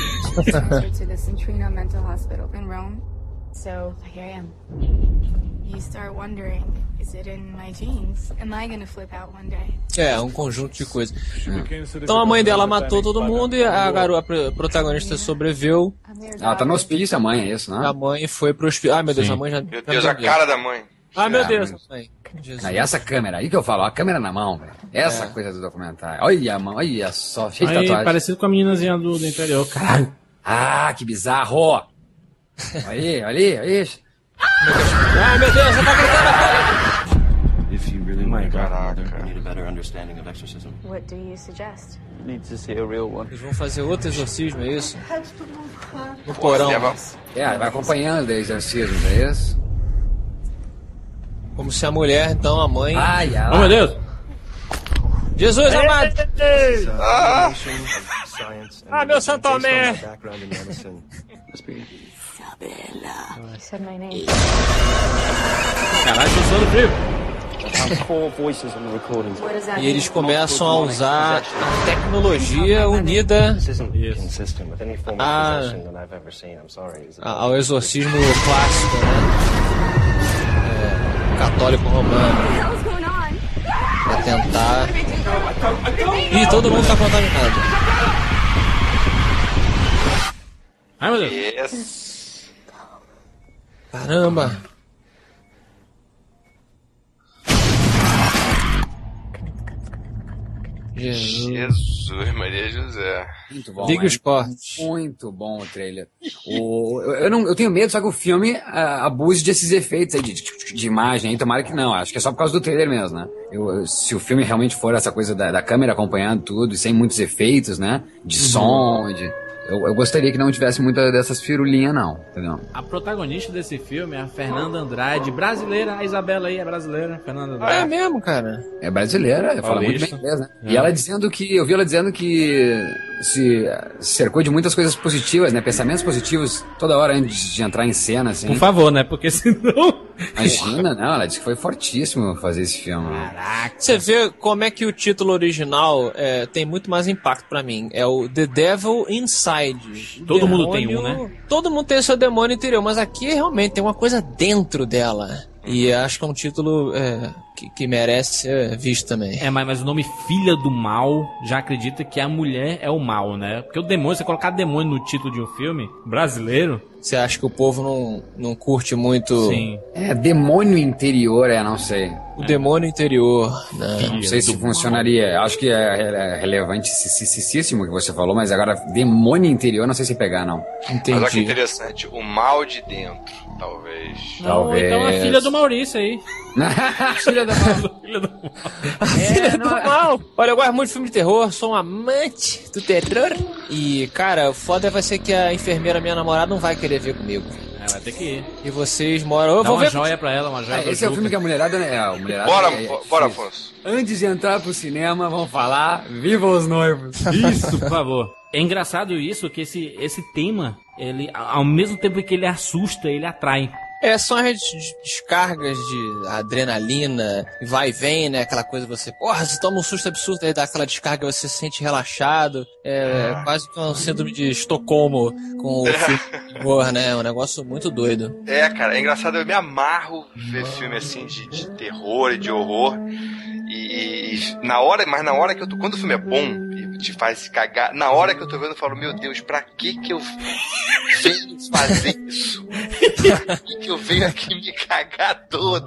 So here I am. You start wondering, is it in my genes? Am I gonna flip out one day? É, um conjunto de coisas. Então a mãe dela matou todo mundo e a garota a protagonista sobreviveu. Ela tá no hospício, a mãe, é isso, né? A mãe foi pro hospício. Ai, meu Deus, Sim. a mãe já... Meu Deus, a cara da mãe. Ah, meu Ah, Deus, mas- mãe. Jesus. Ah, e essa câmera, aí que eu falo, a câmera na mão, velho. Essa É. coisa do documentário. Olha a mão, olha só, cheio de Aí, tatuagem. parecido com a meninazinha do, do interior. Caralho. Ah, que bizarro! Olha aí, olha aí, olha aí. Ai, meu Deus, você tá gritando. If you really My want to God. mother, you need a better understanding of exorcism. What do you suggest? You need to see a real one. Eles vão fazer outro exorcismo, é isso? No porão. É, vai acompanhando o exorcismo, é isso? Como se a mulher, então, a mãe... Ai, ai, Oh, meu Deus. Jesus amado! Ah, Ah, meu Santo Tomé! You said my name. Caralho, tô suando frio. Four voices on the recordings. What does that E mean? eles começam a usar a tecnologia unida This isn't Yes. consistent with any form of Ah. possession that I've ever seen. I'm sorry. Is it- a- ao exorcismo clássico, né? É, católico romano. What's going on? Pra tentar... Ih, todo mundo tá contaminado. Ai, meu Deus. yes. Caramba! Jesus. Jesus, Maria José. muito bom. Liga é os cortes. Muito bom o trailer. O, eu, eu não, eu tenho medo só que o filme ah, abuse desses efeitos aí de, de, de imagem aí, tomara que não. Acho que é só por causa do trailer mesmo, né? Eu, eu- se o filme realmente for essa coisa da, da câmera acompanhando tudo, e sem muitos efeitos, né? De som, de... Eu, eu gostaria que não tivesse muita dessas firulinhas, não, entendeu? A protagonista desse filme é a Fernanda Andrade, brasileira. A Isabela aí é brasileira, Fernanda É Andrade. mesmo, cara? É brasileira, fala muito bem Paulista. inglês, né? É. E ela dizendo que, eu vi ela dizendo que se cercou de muitas coisas positivas, né? Pensamentos positivos toda hora antes de entrar em cena, assim. Por favor, né? Porque senão... Imagina, não, ela disse que foi fortíssimo fazer esse filme. Caraca. Você vê como é que o título original é, tem muito mais impacto pra mim. É o The Devil Inside. O Todo mundo tem um, demônio- Todo mundo tem seu demônio interior, mas aqui realmente tem uma coisa dentro dela. E acho que é um título é, que, que merece ser visto também. É, mas, mas o nome Filha do Mal já acredita que a mulher é o mal, né? Porque o demônio, você colocar demônio no título de um filme brasileiro... Você acha que o povo não, não curte muito Sim. É, demônio interior, é, não sei. o demônio interior, né? Não sei se funcionaria. Acho que é, é relevantíssimo o que você falou, mas agora demônio interior, não sei se pegar, não. Mas olha que Entendi. interessante. O mal de dentro, talvez. Não, Talvez. então a filha do Maurício aí. Filha da mãe. Filha do mal. É, normal. Olha, eu gosto muito de filme de terror, sou um amante do terror. E, cara, o foda vai ser que a enfermeira, minha namorada, não vai querer ver comigo. É, vai ter que ir. E vocês moram... Eu Dá vou uma ver... joia pra ela, uma joia É, pra esse é o Juca. filme que a mulherada, né? A mulherada Bora, é- é bo- bora, difícil. Afonso. Antes de entrar pro cinema, vamos falar Viva os Noivos. Isso, por favor. É engraçado isso, que esse, esse tema, ele, ao mesmo tempo que ele assusta, ele atrai. É, são as des- descargas de adrenalina, vai e vem, né? Aquela coisa você... Porra, você toma um susto absurdo, aí dá aquela descarga, você se sente relaxado. É quase que um síndrome de Estocolmo com o filme de terror, né? É um negócio muito doido. É, cara, é engraçado, eu me amarro ver filme assim de, de terror e de horror. E, e na hora, mas na hora que eu tô. Quando o filme é bom e te faz cagar, na hora que eu tô vendo, eu falo, meu Deus, pra que que eu venho fazer isso? Pra que que eu venho aqui me cagar todo?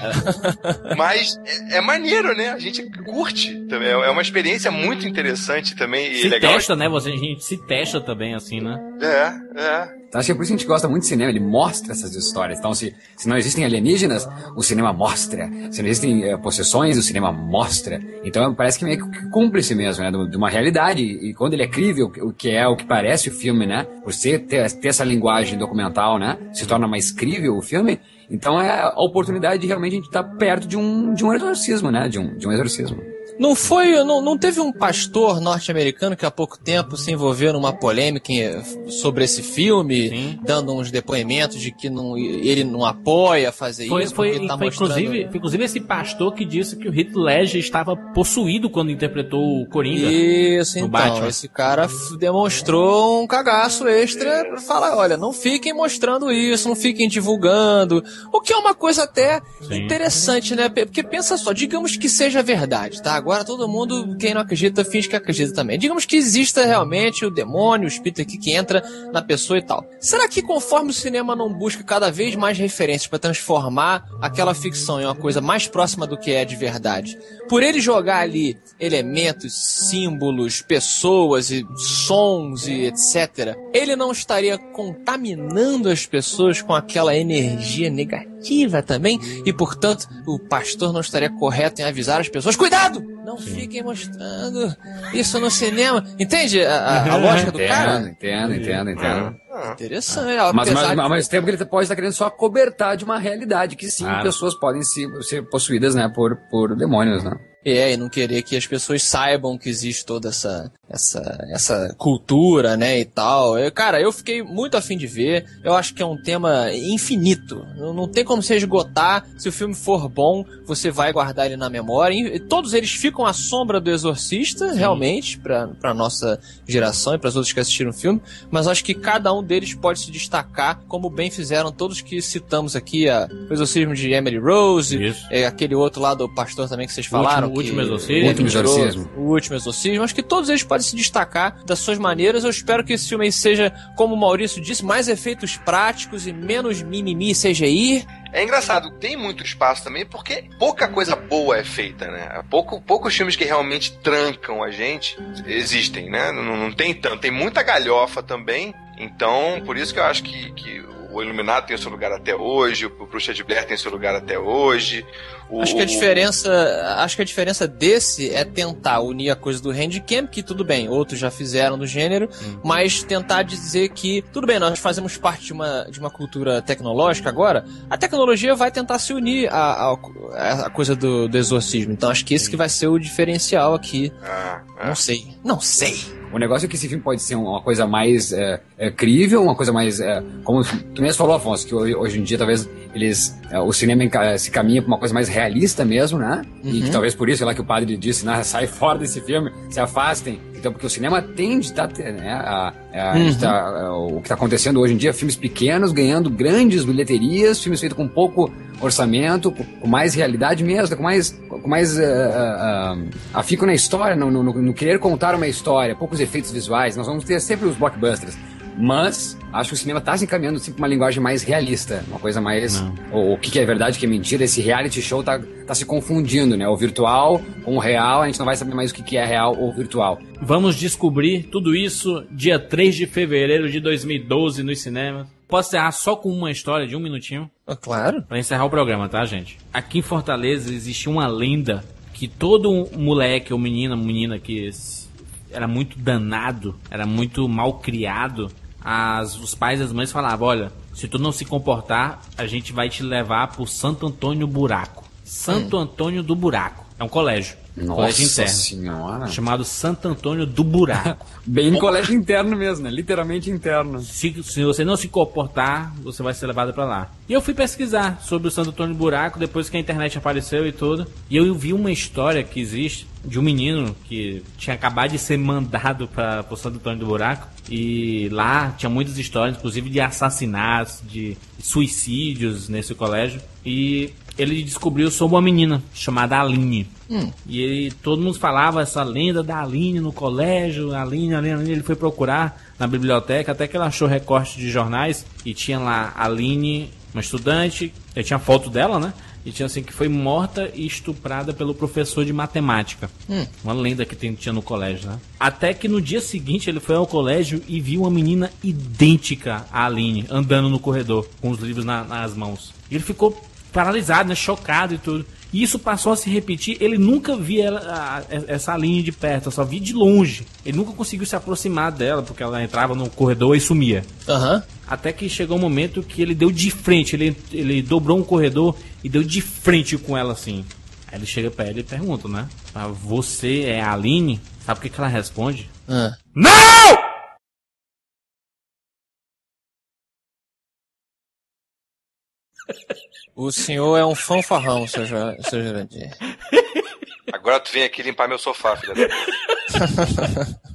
Mas é, é maneiro, né? A gente curte também. É uma experiência muito interessante também e Se legal. testa, né? Você, a gente se testa também, assim, né? É, é. Então acho que é por isso que a gente gosta muito de cinema, ele mostra essas histórias. Então se, se não existem alienígenas, o cinema mostra. Se não existem é, possessões, o cinema mostra. Então parece que meio que cúmplice mesmo, né, de uma realidade. E quando ele é crível, o que é, o que parece o filme, né, por ser, ter, ter essa linguagem documental, né, se torna mais crível o filme. Então é a oportunidade de realmente a gente estar perto de um, de um exorcismo, né, de um, de um exorcismo. Não foi, não, não teve um pastor norte-americano que há pouco tempo se envolveu numa polêmica sobre esse filme, Sim. dando uns depoimentos de que não, ele não apoia fazer foi, isso? Foi, tá foi, mostrando... inclusive, foi inclusive esse pastor que disse que o Heath Ledger estava possuído quando interpretou o Coringa. Isso, no então, Batman. Esse cara demonstrou um cagaço extra pra falar, olha, não fiquem mostrando isso, não fiquem divulgando, o que é uma coisa até Sim. interessante, né? Porque pensa só, digamos que seja verdade, tá? Agora todo mundo, quem não acredita, finge que acredita também. Digamos que exista realmente o demônio, o espírito aqui que entra na pessoa e tal. Será que conforme o cinema não busca cada vez mais referências para transformar aquela ficção em uma coisa mais próxima do que é de verdade, por ele jogar ali elementos, símbolos, pessoas e sons e etcétera, ele não estaria contaminando as pessoas com aquela energia negativa também? E, portanto, o pastor não estaria correto em avisar as pessoas, cuidado! Não Sim. fiquem mostrando isso no cinema. Entende a, a, a lógica do entendo, cara? Entendo, entendo, entendo. Interessante. Ah. Mas, mas, de... ao mesmo tempo que ele pode estar querendo só cobertar de uma realidade que sim, ah. pessoas podem se, ser possuídas, né, por, por demônios, né? É, e não querer que as pessoas saibam que existe toda essa, essa, essa cultura, né, e tal. Eu, cara, eu fiquei muito afim de ver. Eu acho que é um tema infinito. Não, não tem como se esgotar. Se o filme for bom, você vai guardar ele na memória. E todos eles ficam à sombra do Exorcista, Sim. realmente, pra, pra nossa geração e para os outros que assistiram o filme. Mas acho que cada um deles pode se destacar, como bem fizeram todos que citamos aqui. A, o Exorcismo de Emily Rose, é, aquele outro lá do pastor também que vocês falaram. O último exorcismo. O último exorcismo. O último exorcismo. Acho que todos eles podem se destacar das suas maneiras. Eu espero que esse filme aí seja, como o Maurício disse, mais efeitos práticos e menos mimimi C G I. É engraçado, tem muito espaço também, porque pouca coisa boa é feita, né? Pouco, poucos filmes que realmente trancam a gente existem, né? Não, não tem tanto. Tem muita galhofa também. Então, por isso que eu acho que, que o Iluminado tem o seu lugar até hoje, o Bruxa de Blair tem o seu lugar até hoje. O... Acho que a diferença, acho que a diferença desse é tentar unir a coisa do Handicam, que tudo bem, outros já fizeram do gênero, hum. mas tentar dizer que, tudo bem, nós fazemos parte de uma, de uma cultura tecnológica agora, a tecnologia vai tentar se unir à, à, à coisa do, do exorcismo. Então acho que esse que vai ser o diferencial aqui. Ah, ah. Não sei, não sei. O negócio é que esse filme pode ser uma coisa mais é, é, crível, uma coisa mais... É, como tu mesmo falou, Afonso, que hoje em dia talvez eles... É, o cinema se caminha para uma coisa mais realista mesmo, né? Uhum. E que talvez por isso, sei lá, que o padre disse, né, sai fora desse filme, se afastem. Então, porque o cinema tende a... Né, a, a, uhum. a tá, a, o que está acontecendo hoje em dia, filmes pequenos ganhando grandes bilheterias, filmes feitos com pouco orçamento, com, com mais realidade mesmo, com mais, com mais uh, uh, uh, afinco na história, no, no, no querer contar uma história, poucos efeitos visuais. Nós vamos ter sempre os blockbusters, mas acho que o cinema está se encaminhando sempre para uma linguagem mais realista, uma coisa mais... O, o que é verdade, o que é mentira. Esse reality show tá, tá se confundindo, né? O virtual com o real, a gente não vai saber mais o que é real ou virtual. Vamos descobrir tudo isso dia três de fevereiro de dois mil e doze nos cinemas. Posso encerrar só com uma história de um minutinho? Ah, claro. Pra encerrar o programa, tá, gente? Aqui em Fortaleza existe uma lenda que todo moleque ou menina, menina que era muito danado, era muito mal criado, as, os pais e as mães falavam, olha, se tu não se comportar, a gente vai te levar pro Santo Antônio Buraco. Santo hum. Antônio do Buraco. É um colégio. Nossa colégio interno, senhora. chamado Santo Antônio do Buraco. Bem no colégio interno mesmo, né? Literalmente interno. Se, se você não se comportar, você vai ser levado pra lá. E eu fui pesquisar sobre o Santo Antônio do Buraco, depois que a internet apareceu e tudo. E eu vi uma história que existe de um menino que tinha acabado de ser mandado para o Santo Antônio do Buraco. E lá tinha muitas histórias, inclusive de assassinatos, de suicídios nesse colégio. E ele descobriu sobre uma menina chamada Aline. Hum. E ele, todo mundo falava essa lenda da Aline no colégio, Aline, Aline, Aline. Ele foi procurar na biblioteca, até que ele achou recorte de jornais e tinha lá Aline, uma estudante, ele tinha foto dela, né? E tinha assim que foi morta e estuprada pelo professor de matemática. Hum. Uma lenda que tem, tinha no colégio, né? Até que no dia seguinte ele foi ao colégio e viu uma menina idêntica à Aline andando no corredor com os livros na, nas mãos. E ele ficou paralisado, né? Chocado e tudo. E isso passou a se repetir. Ele nunca via ela, a, a, essa Aline de perto, só via de longe. Ele nunca conseguiu se aproximar dela, porque ela entrava no corredor e sumia. Aham. Até que chegou um momento que ele deu de frente, ele, ele dobrou um corredor e deu de frente com ela assim. Aí ele chega pra ela e pergunta, né? Ah, você é a Aline? Sabe o que, que ela responde? Ah. Não! O senhor é um fanfarrão, seu, seu Jurandir. Agora tu vem aqui limpar meu sofá, filha da puta.